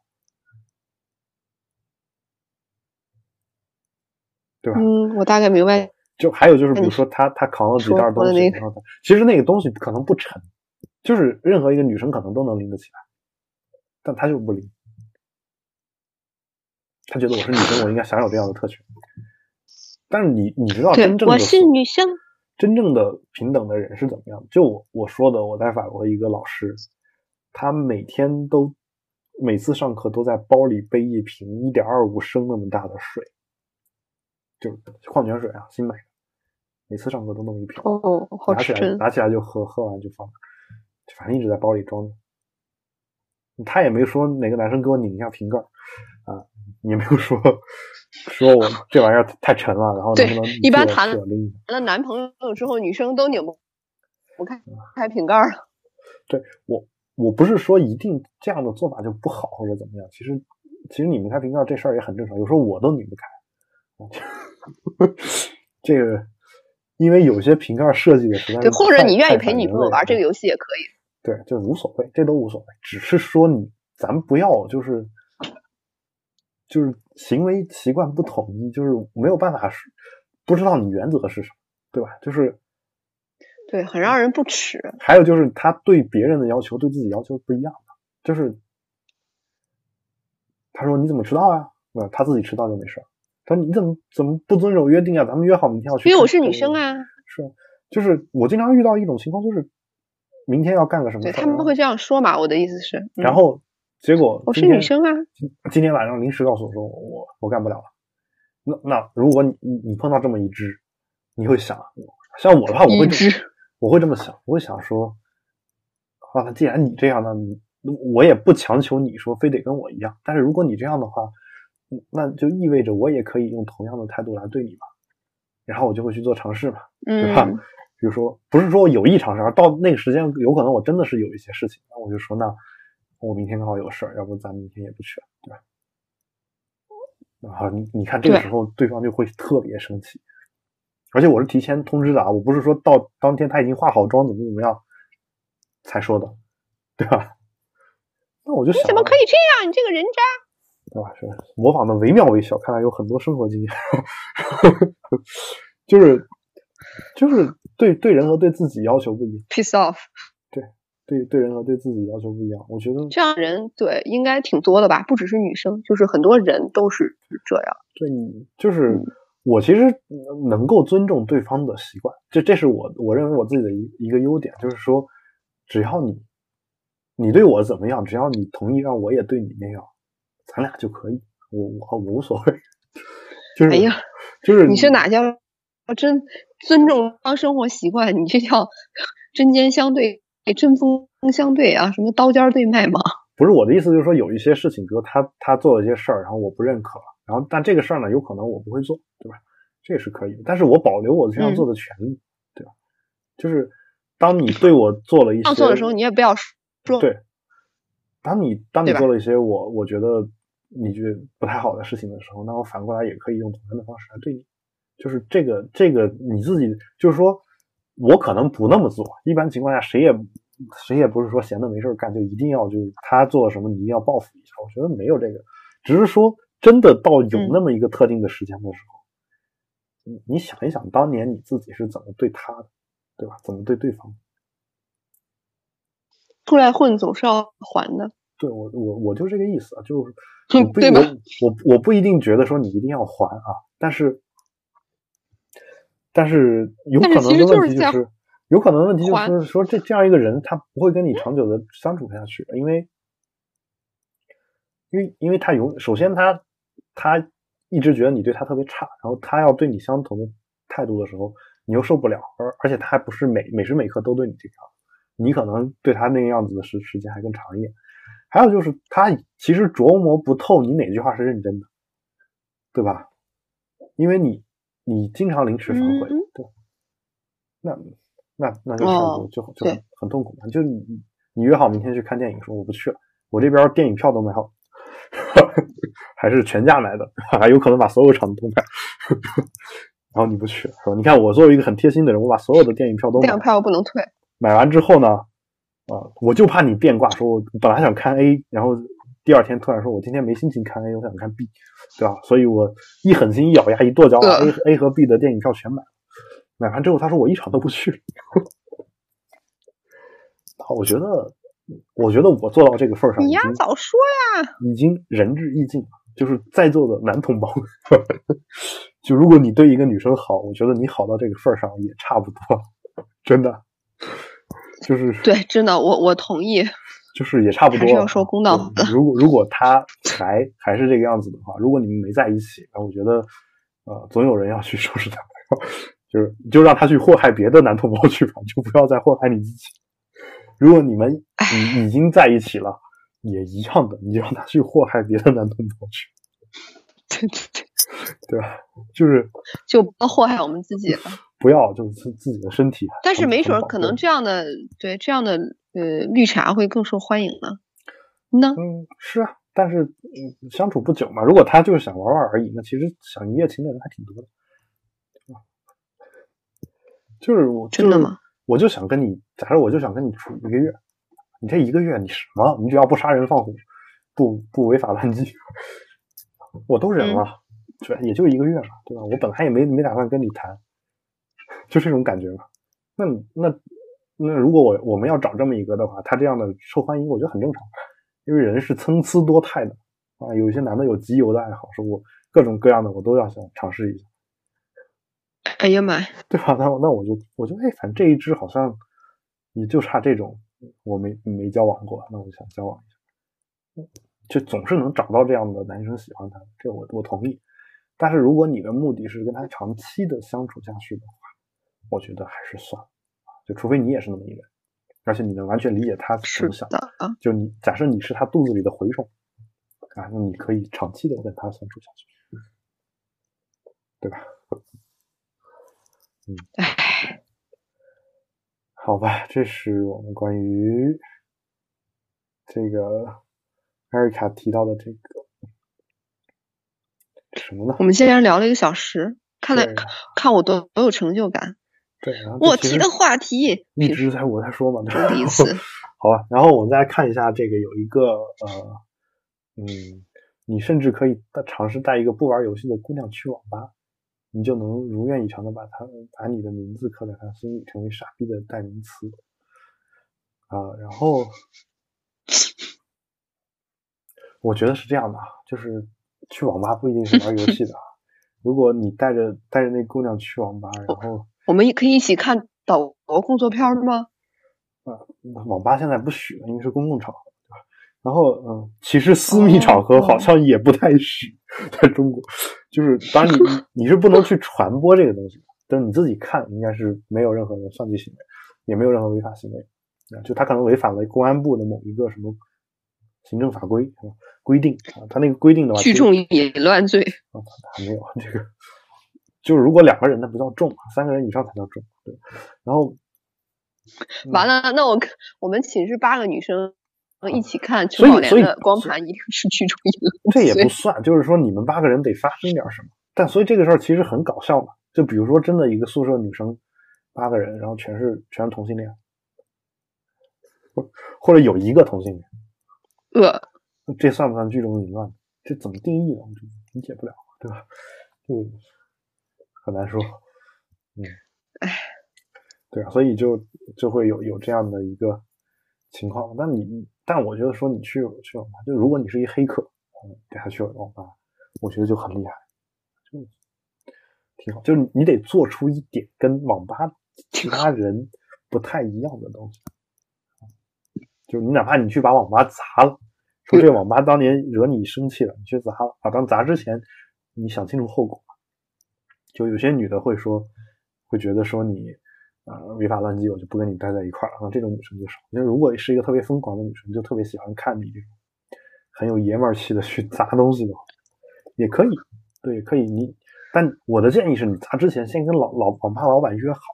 对吧？ 我大概明白。 就还有就是比如说他扛了几袋东西，然后其实那个东西可能不沉，就是任何一个女生可能都能拎得起来，但他就不拎，他觉得我是女生，我应该享有这样的特权。但是你知道真正的我是女生， 真正的平等的人是怎么样的？就我说的，我在法国一个老师，他每次上课都在包里背一瓶1.25升那么大的水，就矿泉水啊，新买的，每次上课都弄一瓶， 好沉， 拿起来就喝完就放，反正一直在包里装着。他也没说哪个男生给我拧一下瓶盖啊，也没有说我这玩意儿太沉了，然后能不能一般谈了男朋友之后，女生都拧不开瓶盖了。 对，我不是说一定这样的做法就不好或者怎么样，其实拧不开瓶盖这事儿也很正常，有时候我都拧不开。这个因为有些瓶盖设计的实在是或者你愿意陪女朋友玩这个游戏也可以。 对，就无所谓，这都无所谓，只是说咱们不要就是行为习惯不统一，就是没有办法不知道你原则是什么，对吧？就是对，很让人不齿。 还有就是他对别人的要求对自己要求不一样的，就是他说你怎么迟到啊？他自己迟到就没事，他说你怎么不遵守约定啊？咱们约好明天要去， 因为我是女生啊。 是， 就是我经常遇到一种情况，就是明天要干个什么事， 对，他们会这样说嘛，我的意思是。 然后结果我是女生啊， 今天晚上临时告诉我说我干不了了。那如果你碰到这么一只，你会想，像我的话，我会这么想，我会想说，那既然你这样呢，我也不强求你说非得跟我一样，但是如果你这样的话，那就意味着我也可以用同样的态度来对你吧，然后我就会去做尝试嘛，对吧？比如说不是说我有意尝试，而到那个时间有可能我真的是有一些事情，那我就说那我明天刚好有事儿，要不咱明天也不去了，对吧？然后你看这个时候对方就会特别生气，而且我是提前通知的啊，我不是说到当天他已经化好妆怎么样才说的，对吧？那我就想， 你怎么可以这样？你这个人渣， 对吧？是模仿的惟妙惟肖，看来有很多生活经验。就是对人和对自己要求不一样。 Piss off。 对人和对自己要求不一样，我觉得这样人对应该挺多的吧，不只是女生，就是很多人都是这样。 对，就是我其实能够尊重对方的习惯，这是我认为我自己的一个优点，就是说只要你对我怎么样，只要你同意让我也对你那样，咱俩就可以，我无所谓。就是哎呀， 就是你是哪叫真尊重对方生活习惯？你这叫针尖相对。针锋相对啊，什么刀尖对麦芒？ 不是我的意思，就是说有一些事情，比如他做了一些事儿，然后我不认可了，然后但这个事儿呢，有可能我不会做，对吧？这也是可以的，但是我保留我这样做的权利，对吧？就是当你对我做了一些这样做的时候，你也不要说对。当你做了一些我觉得你觉得不太好的事情的时候，那我反过来也可以用同样的方式来对你，就是这个你自己，就是说。我可能不那么做，一般情况下谁也不是说闲的没事干就一定要就是他做了什么你一定要报复一下，我觉得没有这个，只是说真的到有那么一个特定的时间的时候，你想一想当年你自己是怎么对他的，对吧？怎么对对方？ 出来混总是要还的。 对，我就这个意思啊，就是对吧？ 我不一定觉得说你一定要还啊，但是有可能的问题就是，有可能的问题就是说这样一个人他不会跟你长久的相处下去，因为他首先他一直觉得你对他特别差，然后他要对你相同的态度的时候，你又受不了，而且他还不是每时每刻都对你这样，你可能对他那个样子的时间还更长一点。还有就是他其实琢磨不透你哪句话是认真的，对吧？因为你经常临时反悔，对，那就很痛苦嘛。就你约好明天去看电影，说我不去了，我这边电影票都买好，还是全价买的，还有可能把所有场都买，然后你不去，是吧？你看我作为一个很贴心的人，我把所有的电影票都买， 电影票不能退。 买完之后呢，我就怕你变卦，说我本来想看 A， 然后第二天突然说我今天没心情看 A， 我想看 B， 对吧？所以我一狠心一咬牙一跺脚，把 A 和 B 的电影票全买了。买完之后他说我一场都不去。我觉得我做到这个份上， 你呀早说呀， 已经仁至义尽了。就是在座的男同胞，就如果你对一个女生好，我觉得你好到这个份上也差不多，真的。就是对，真的，我同意， 就是也差不多， 还是要说公道话的。 如果他还是这个样子的话，如果你们没在一起，那我觉得总有人要去收拾他，就让他去祸害别的男同胞去吧，就不要再祸害你自己。如果你们已经在一起了，也一样的，你就让他去祸害别的男同胞去。对吧？就不要祸害我们自己了。 不要就是自己的身体。 但是没准可能这样的绿茶会更受欢迎呢。 是啊，但是相处不久嘛，如果他就是想玩玩而已，那其实想一夜情的人还挺多的。就是真的吗？ 我就想跟你，假如我就想跟你处1个月，你这1个月你什么？你只要不杀人放火，不违法乱纪，我都忍了，也就1个月了，对吧？我本来也没打算跟你谈，就这种感觉嘛。那如果我们要找这么一个的话，他这样的受欢迎，我觉得很正常，因为人是参差多态的啊。有些男的有极游的爱好，说我各种各样的我都要想尝试一下。 哎呀妈， 对吧？那我就哎，反正这一支好像你就差这种，我没交往过，那我就想交往一下，就总是能找到这样的男生喜欢他，这我同意。但是如果你的目的是跟他长期的相处下去的话，我觉得还是算了，就除非你也是那么一个人，而且你能完全理解他怎么想的，就你假设你是他肚子里的蛔虫啊，那你可以长期的跟他相处下去，对吧？好吧，这是我们关于这个艾瑞卡提到的这个什么呢？ 我们竟然聊了1个小时，看我多有成就感。 对，然后我提的话题一直我在说嘛， 这第一次。 好吧，然后我们再看一下这个有一个你甚至可以尝试带一个不玩游戏的姑娘去网吧，你就能如愿以偿的把你的名字刻在她心里，成为傻逼的代名词然后我觉得是这样的，就是去网吧不一定是玩游戏的如果你带着那姑娘去网吧，然后我们也可以一起看岛国动作片吗？ 网吧现在不许了，因为是公共场合，对吧？然后其实私密场合好像也不太许，在中国，就是当然你是不能去传播这个东西的，但是你自己看应该是没有任何的犯罪行为，也没有任何违法行为，就他可能违反了公安部的某一个什么行政法规规定他那个规定的话， 聚众淫乱罪还没有这个，就是如果2个人那不叫重，3个人以上才叫重，对，然后。 完了，那我们寝室8个女生一起看陈宝莲的光盘，一定是聚众淫乱。 这也不算，就是说你们8个人得发生点什么。但所以这个事儿其实很搞笑嘛。就比如说真的一个宿舍女生8个人，然后全是同性恋，或者有一个同性恋，这算不算聚众淫乱？这怎么定义呢？我就理解不了，对吧？很难说。对啊，所以就会有这样的一个情况。但我觉得说你去网吧，就如果你是一黑客，带他去网吧，我觉得就很厉害，就挺好。就是你得做出一点跟网吧其他人不太一样的东西。就你哪怕你去把网吧砸了，说这个网吧当年惹你生气了，你去砸了当砸之前你想清楚后果。就有些女的会觉得说你违法乱纪，我就不跟你待在一块儿，这种女生就少。因为如果是一个特别疯狂的女生，就特别喜欢看你这种很有爷们儿气的去砸东西的话，也可以，对，也可以。但我的建议是你砸之前先跟网吧老板约好，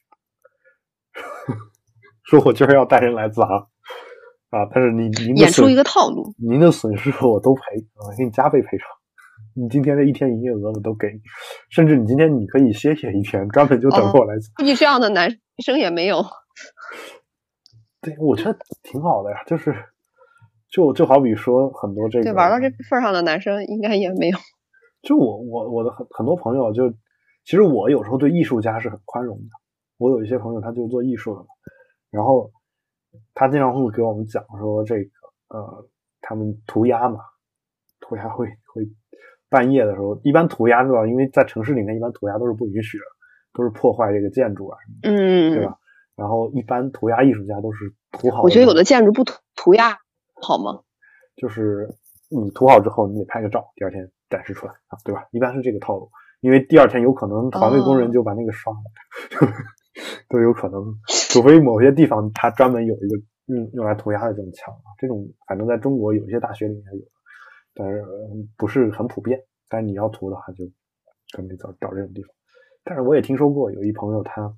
说我今儿要带人来砸但是您演出一个套路， 您的损失我都赔给你加倍赔偿。你今天这1天营业额我都给你，甚至你今天你可以歇1天，专门就等我来砸。 估计这样的男生也没有。 对，我觉得挺好的呀，就好比说很多这个对玩到这份上的男生应该也没有。 就我的很多朋友其实我有时候对艺术家是很宽容的。我有一些朋友他就做艺术的嘛，然后他经常会给我们讲说这个他们涂鸦嘛，涂鸦会半夜的时候，一般涂鸦因为在城市里面一般涂鸦都是不允许的，都是破坏这个建筑什么的，对吧？然后一般涂鸦艺术家都是涂好。 我觉得有的建筑不涂鸦好吗？ 就是你涂好之后你得拍个照，第2天展示出来对吧？一般是这个套路，因为第2天有可能环卫工人就把那个刷了都有可能，除非某些地方它专门有一个用来涂鸦的这种墙这种反正在中国有些大学里面有，但是不是很普遍。但是你要涂的话就可能得找这种地方。但是我也听说过有一朋友他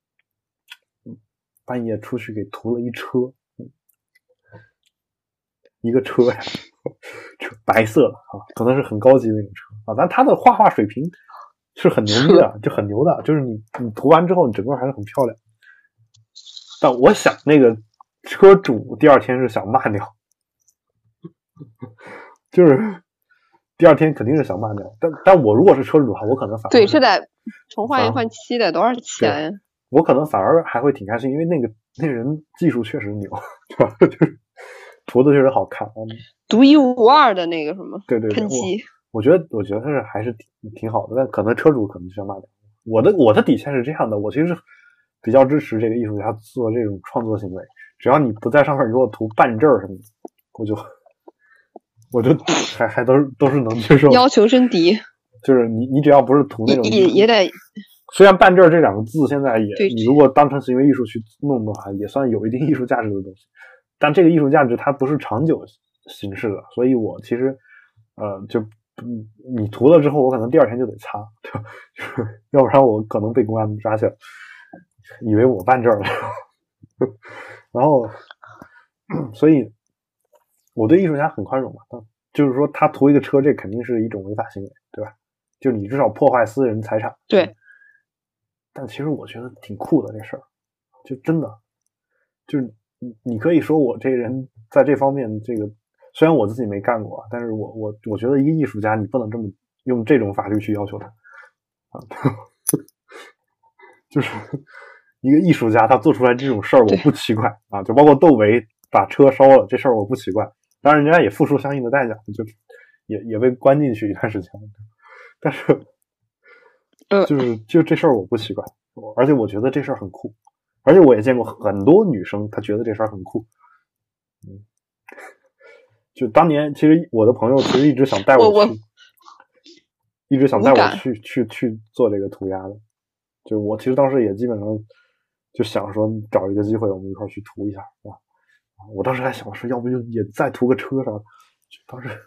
半夜出去给涂了一车，一个车呀，白色的可能是很高级的那种车但他的画水平是很牛逼的，就很牛的，就是你涂完之后你整个还是很漂亮。但我想那个车主第2天是想骂掉，就是第2天肯定是想骂掉。但我如果是车主的话，我可能反而对，这得重换1换7的多少钱呀？ 我可能反而还会挺开心，因为那人技术确实牛，对吧？就是涂的确实好看独一无二的那个什么对喷漆。 我觉得是还是挺好的，但可能车主可能就想骂掉， 我的底线是这样的，我其实比较支持这个艺术家做这种创作行为，只要你不在上面给我涂半阵什么的，我就还都是能接受。 要求真低， 就是你只要不是涂那种也得。 虽然半阵这2个字现在你如果当成行为艺术去弄的话，也算有一定艺术价值的东西，但这个艺术价值它不是长久形式的，所以我其实就你涂了之后，我可能第2天就得擦，要不然我可能被公安抓起来，以为我办这儿了。然后，所以我对艺术家很宽容嘛，就是说他涂一个车，这肯定是一种违法行为，对吧？就你至少破坏私人财产。 对。 但其实我觉得挺酷的这事儿，就真的，就是你可以说我这人在这方面这个。虽然我自己没干过，但是我觉得一个艺术家你不能这么用这种法律去要求他啊，就是一个艺术家他做出来这种事儿我不奇怪啊，就包括窦唯把车烧了这事儿我不奇怪，当然人家也付出相应的代价，就也被关进去一段时间，但是就这事儿我不奇怪，而且我觉得这事儿很酷，而且我也见过很多女生她觉得这事儿很酷，就当年其实我的朋友其实一直想带我去，一直想带我去做这个涂鸦的，就我其实当时也基本上就想说找一个机会我们一块去涂一下，是吧？我当时还想说要不就也再涂个车啥的，当时，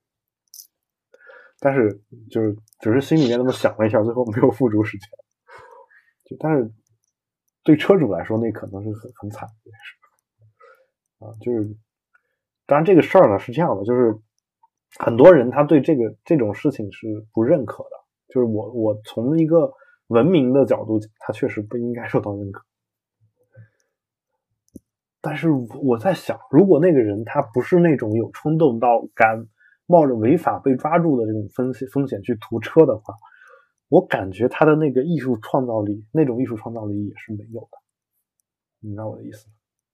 但是就是只是心里面那么想了一下，最后没有付诸实践。但是对车主来说，那可能是很惨的一件事啊，就是。当然这个事儿呢是这样的，就是很多人他对这种事情是不认可的，就是我从一个文明的角度讲，他确实不应该受到认可。但是我在想，如果那个人他不是那种有冲动到敢冒着违法被抓住的这种风险去涂车的话，我感觉他的那个艺术创造力，那种艺术创造力也是没有的。你明白我的意思吗？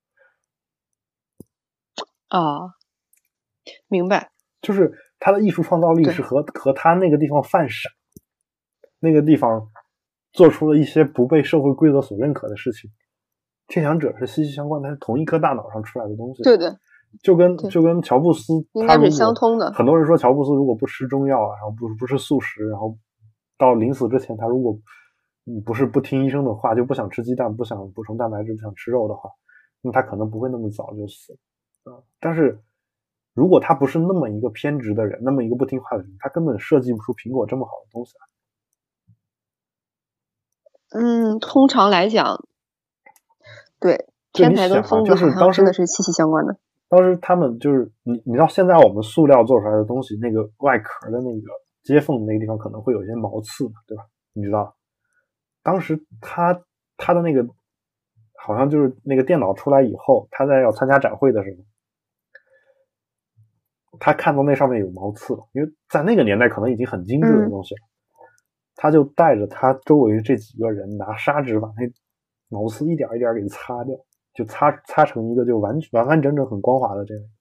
明白， 就是他的艺术创造力是和他那个地方犯傻，那个地方做出了一些不被社会规则所认可的事情，这2者是息息相关的，是同一颗大脑上出来的东西。 对的， 就跟乔布斯应该是相通的。 很多人说乔布斯如果不吃中药啊，然后不吃素食，然后到临死之前他如果不是不听医生的话，就不想吃鸡蛋，不想补充蛋白质，不想吃肉的话，那他可能不会那么早就死。但是如果他不是那么一个偏执的人，那么一个不听话的人，他根本设计不出苹果这么好的东西来。 通常来讲，对，天才跟疯子好像真的是息息相关的。 当时他们就是你知道现在我们塑料做出来的东西，那个外壳的那个接缝那个地方可能会有一些毛刺嘛，对吧？你知道，当时他的那个好像就是那个电脑出来以后，他在要参加展会的时候，他看到那上面有毛刺了，因为在那个年代可能已经很精致的东西了，他就带着他周围这几个人拿砂纸把那毛刺一点一点给擦掉，就擦成一个就完整整很光滑的这样的东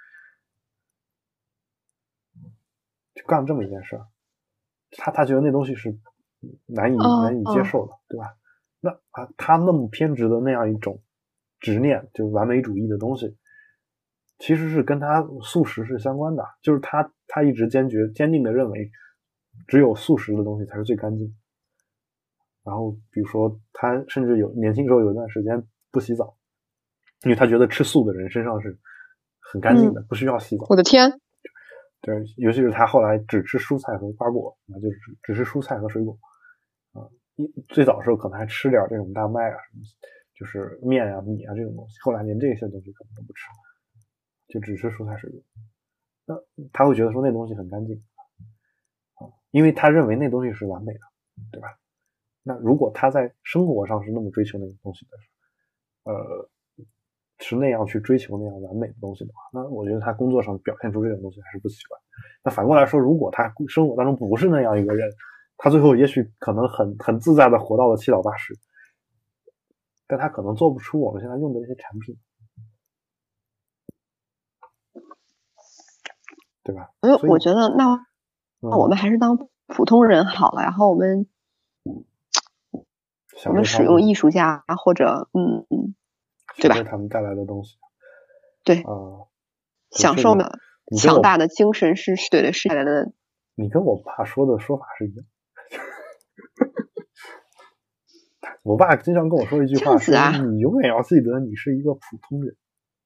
西，就干这么一件事。他觉得那东西是难以接受的，对吧？那他那么偏执的那样一种执念，就完美主义的东西，其实是跟他素食是相关的，就是他一直坚定的认为只有素食的东西才是最干净。然后比如说他甚至年轻时候有一段时间不洗澡，因为他觉得吃素的人身上是很干净的，不需要洗澡。 我的天！ 对，尤其是他后来只吃蔬菜和瓜果，就是只吃蔬菜和水果最早的时候可能还吃点这种大麦啊，什么就是面啊、米啊这种东西，后来连这些东西可能都不吃，就只吃蔬菜水果。那他会觉得说那东西很干净因为他认为那东西是完美的，对吧？那如果他在生活上是那么追求那个东西的时候，是那样去追求那样完美的东西的话，那我觉得他工作上表现出这种东西还是不奇怪。那反过来说，如果他生活当中不是那样一个人，他最后也许可能很自在的活到了七老八十，但他可能做不出我们现在用的这些产品，对吧？ 我觉得那我们还是当普通人好了，然后我们我们使用艺术家或者对吧？ 他们带来的东西， 对享受的强大的精神是对是带来的。 你跟我爸说的说法是一样。我爸经常跟我说一句话，说你永远要记得你是一个普通人。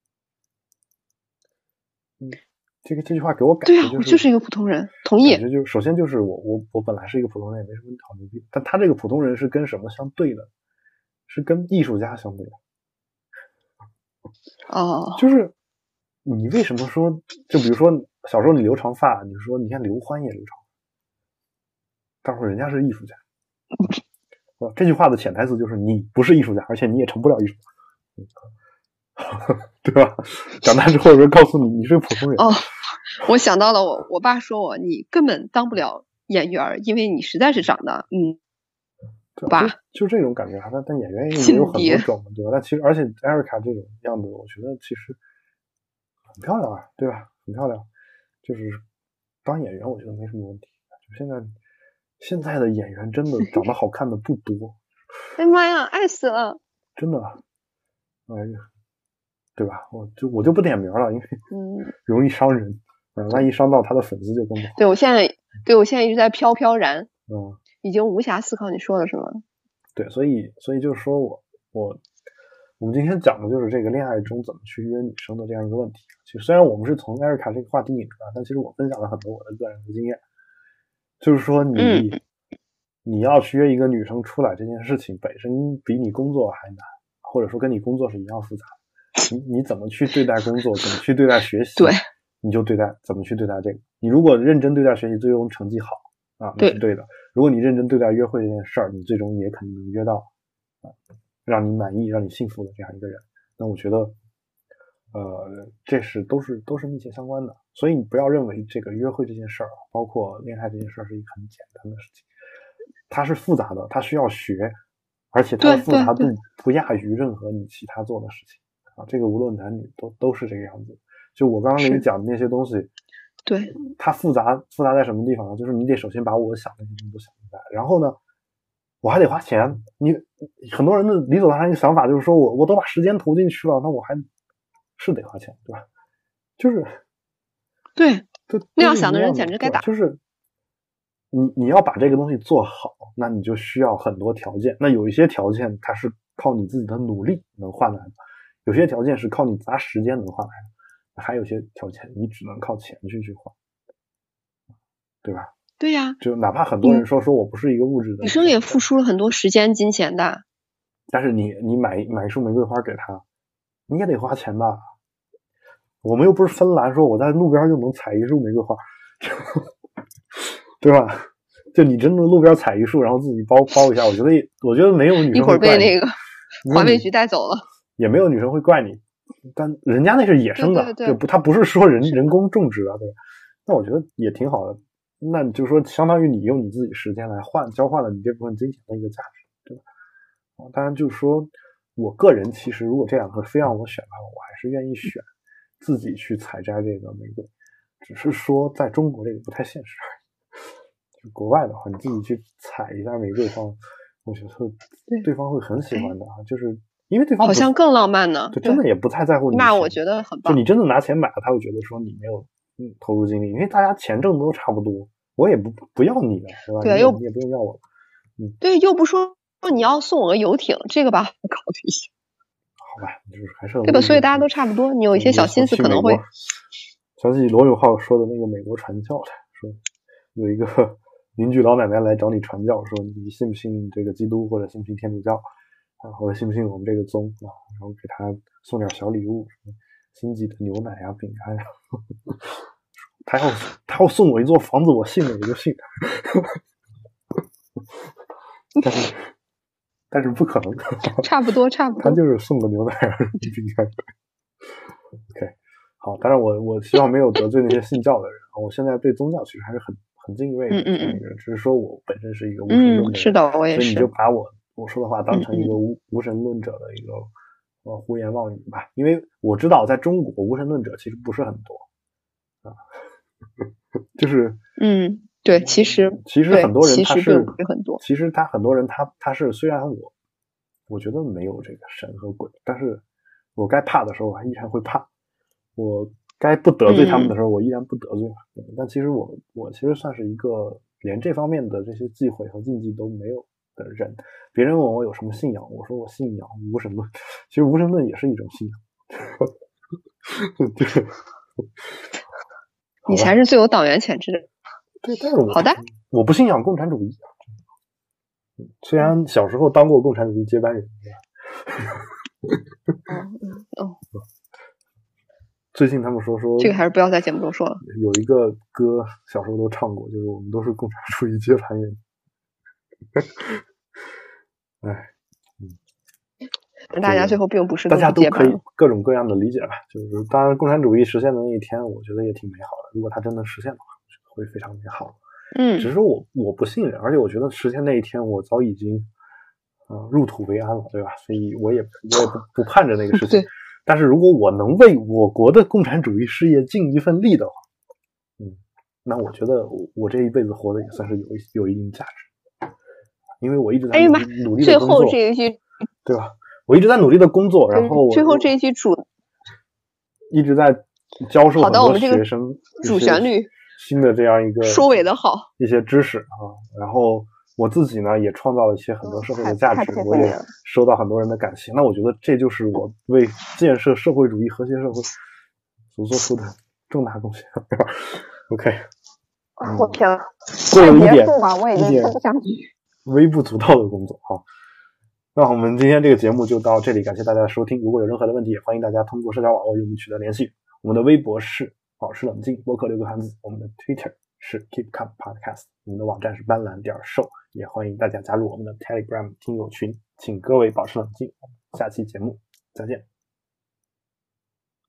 这句话给我感觉对啊，我就是一个普通人，同意。 感觉首先就是我本来是一个普通人，也没什么好牛逼，但他这个普通人是跟什么相对的？是跟艺术家相对的。就是你为什么说，就比如说小时候你留长发，你说你看刘欢也留长发，但是人家是艺术家。这句话的潜台词就是你不是艺术家，而且你也成不了艺术家，对吧？长大之后有人告诉你是普通人。 我想到了我爸说你根本当不了演员，因为你实在是长得吧，就这种感觉。但演员也有很多种，对吧？但其实而且艾瑞卡这种样子，我觉得其实很漂亮啊，对吧？很漂亮，就是当演员我觉得没什么问题。就现在的演员真的长得好看的不多。 哎妈呀，爱死了！ 真的，哎呀，对吧？我就不点名了，因为容易伤人。万一伤到他的粉丝就更不好。 对，我现在一直在飘飘然，已经无暇思考你说的什么。 对，所以就是说我们今天讲的就是这个恋爱中怎么去约女生的这样一个问题。其实虽然我们是从艾瑞卡这个话题引出来，但其实我分享了很多我的个人的经验，就是说你要去约一个女生出来这件事情本身比你工作还难，或者说跟你工作是一样复杂的。你怎么去对待工作，怎么去对待学习， 对， 你就怎么去对待这个。你如果认真对待学习，最终成绩好那是对的。如果你认真对待约会这件事儿，你最终也肯定能约到让你满意让你幸福的这样一个人。那我觉得这都是密切相关的。所以你不要认为这个约会这件事儿包括恋爱这件事儿是一个很简单的事情，它是复杂的，它需要学，而且它的复杂度不亚于任何你其他做的事情这个无论男女都是这个样子。就我刚刚给你讲的那些东西， 对， 它复杂在什么地方呢？就是你得首先把我想的那些东西都想明白，然后呢我还得花钱。你很多人的理所当然一个想法就是说我都把时间投进去了，那我还是得花钱，对吧？就是对，那样想的人简直该打。 就是你要把这个东西做好，那你就需要很多条件。那有一些条件它是靠你自己的努力能换来的，有些条件是靠你砸时间能换来的，还有些条件你只能靠钱去换，对吧？ 对呀， 就哪怕很多人说我不是一个物质的女生也付出了很多时间金钱的。 但是你买一束玫瑰花给她，你也得花钱吧？我们又不是芬兰，说我在路边就能采一束玫瑰花，对吧？就你真的路边采一束，然后自己包一下，我觉得没有女生一会儿被那个环卫局带走了， 也没有女生会怪你。但人家那是野生的， 对， 他不是说人工种植的，对吧？那我觉得也挺好的。那就是说，相当于你用你自己时间来交换了你这部分金钱的一个价值，对吧？当然，就是说我个人其实如果这两个非让我选的话，我还是愿意选自己去采摘这个玫瑰，只是说在中国这个不太现实。就国外的话，你自己去采一下玫瑰花，我觉得对方会很喜欢的就是因为对方好像更浪漫呢， 就真的也不太在乎你。 那我觉得很棒。 就你真的拿钱买了，他会觉得说你没有投入精力，因为大家钱挣的都差不多，我也不要你了，对吧？ 对， 你也不用要我。 对，又不说你要送我个游艇，这个吧，考虑一下。 好吧，就是还是对吧？所以大家都差不多，你有一些小心思可能会。 想起罗永浩说的那个美国传教的，说有一个邻居老奶奶来找你传教，说你信不信这个基督，或者信不信天主教或者信不信我们这个宗然后给他送点小礼物，什么星级的牛奶饼干他要送我一座房子，我信了我就信但是不可能差不多他就是送个牛奶饼干OK 好，当然我希望没有得罪那些信教的人我现在对宗教其实还是很敬畏的只是说我本身是一个无神论者是的，我也是。 所以你就把我说的话当成一个无神论者的一个胡言妄语吧，因为我知道在中国无神论者其实不是很多就是对，其实很多人他是很多， 其实他很多人他是虽然我觉得没有这个神和鬼，但是我该怕的时候我还依然会怕，我该不得罪他们的时候我依然不得罪。但其实我其实算是一个连这方面的这些忌讳和禁忌都没有的人。别人问我有什么信仰，我说我信仰无神论，其实无神论也是一种信仰。对， 你才是最有党员潜质的。 对，但是好的， 我不信仰共产主义。虽然小时候当过共产主义接班人。最近他们说这个还是不要在节目中说了。 有一个歌小时候都唱过，就是我们都是共产主义接盘人。 大家最后并不是大家都可以各种各样的理解吧。就是当然共产主义实现的那一天我觉得也挺美好的，如果它真的实现的话会非常美好。只是我不信任，而且我觉得实现那一天我早已经入土为安了，对吧？所以我也不盼着那个事情。但是如果我能为我国的共产主义事业尽一份力的话，那我觉得我这一辈子活的也算是有一定价值。因为我一直在努力的工作。 最后这一句， 对吧？我一直在努力的工作，然后最后这一句一直在教授很多学生主旋律新的这样一个收尾的好一些知识然后我自己呢也创造了一些很多社会的价值，我也收到很多人的感谢。那我觉得这就是我为建设社会主义和谐社会所做出的重大贡献。OK， 我天啊， 做了一点我已经说不下去， 微不足道的工作。好，那我们今天这个节目就到这里，感谢大家的收听。如果有任何的问题，也欢迎大家通过社交网络与我们取得联系。我们的微博是保持冷静播客6个汉字，我们的 Twitter 是 Keep Calm Podcast， 我们的网站是斑斓.show， 也欢迎大家加入我们的 Telegram 听友群。请各位保持冷静，我们下期节目再见。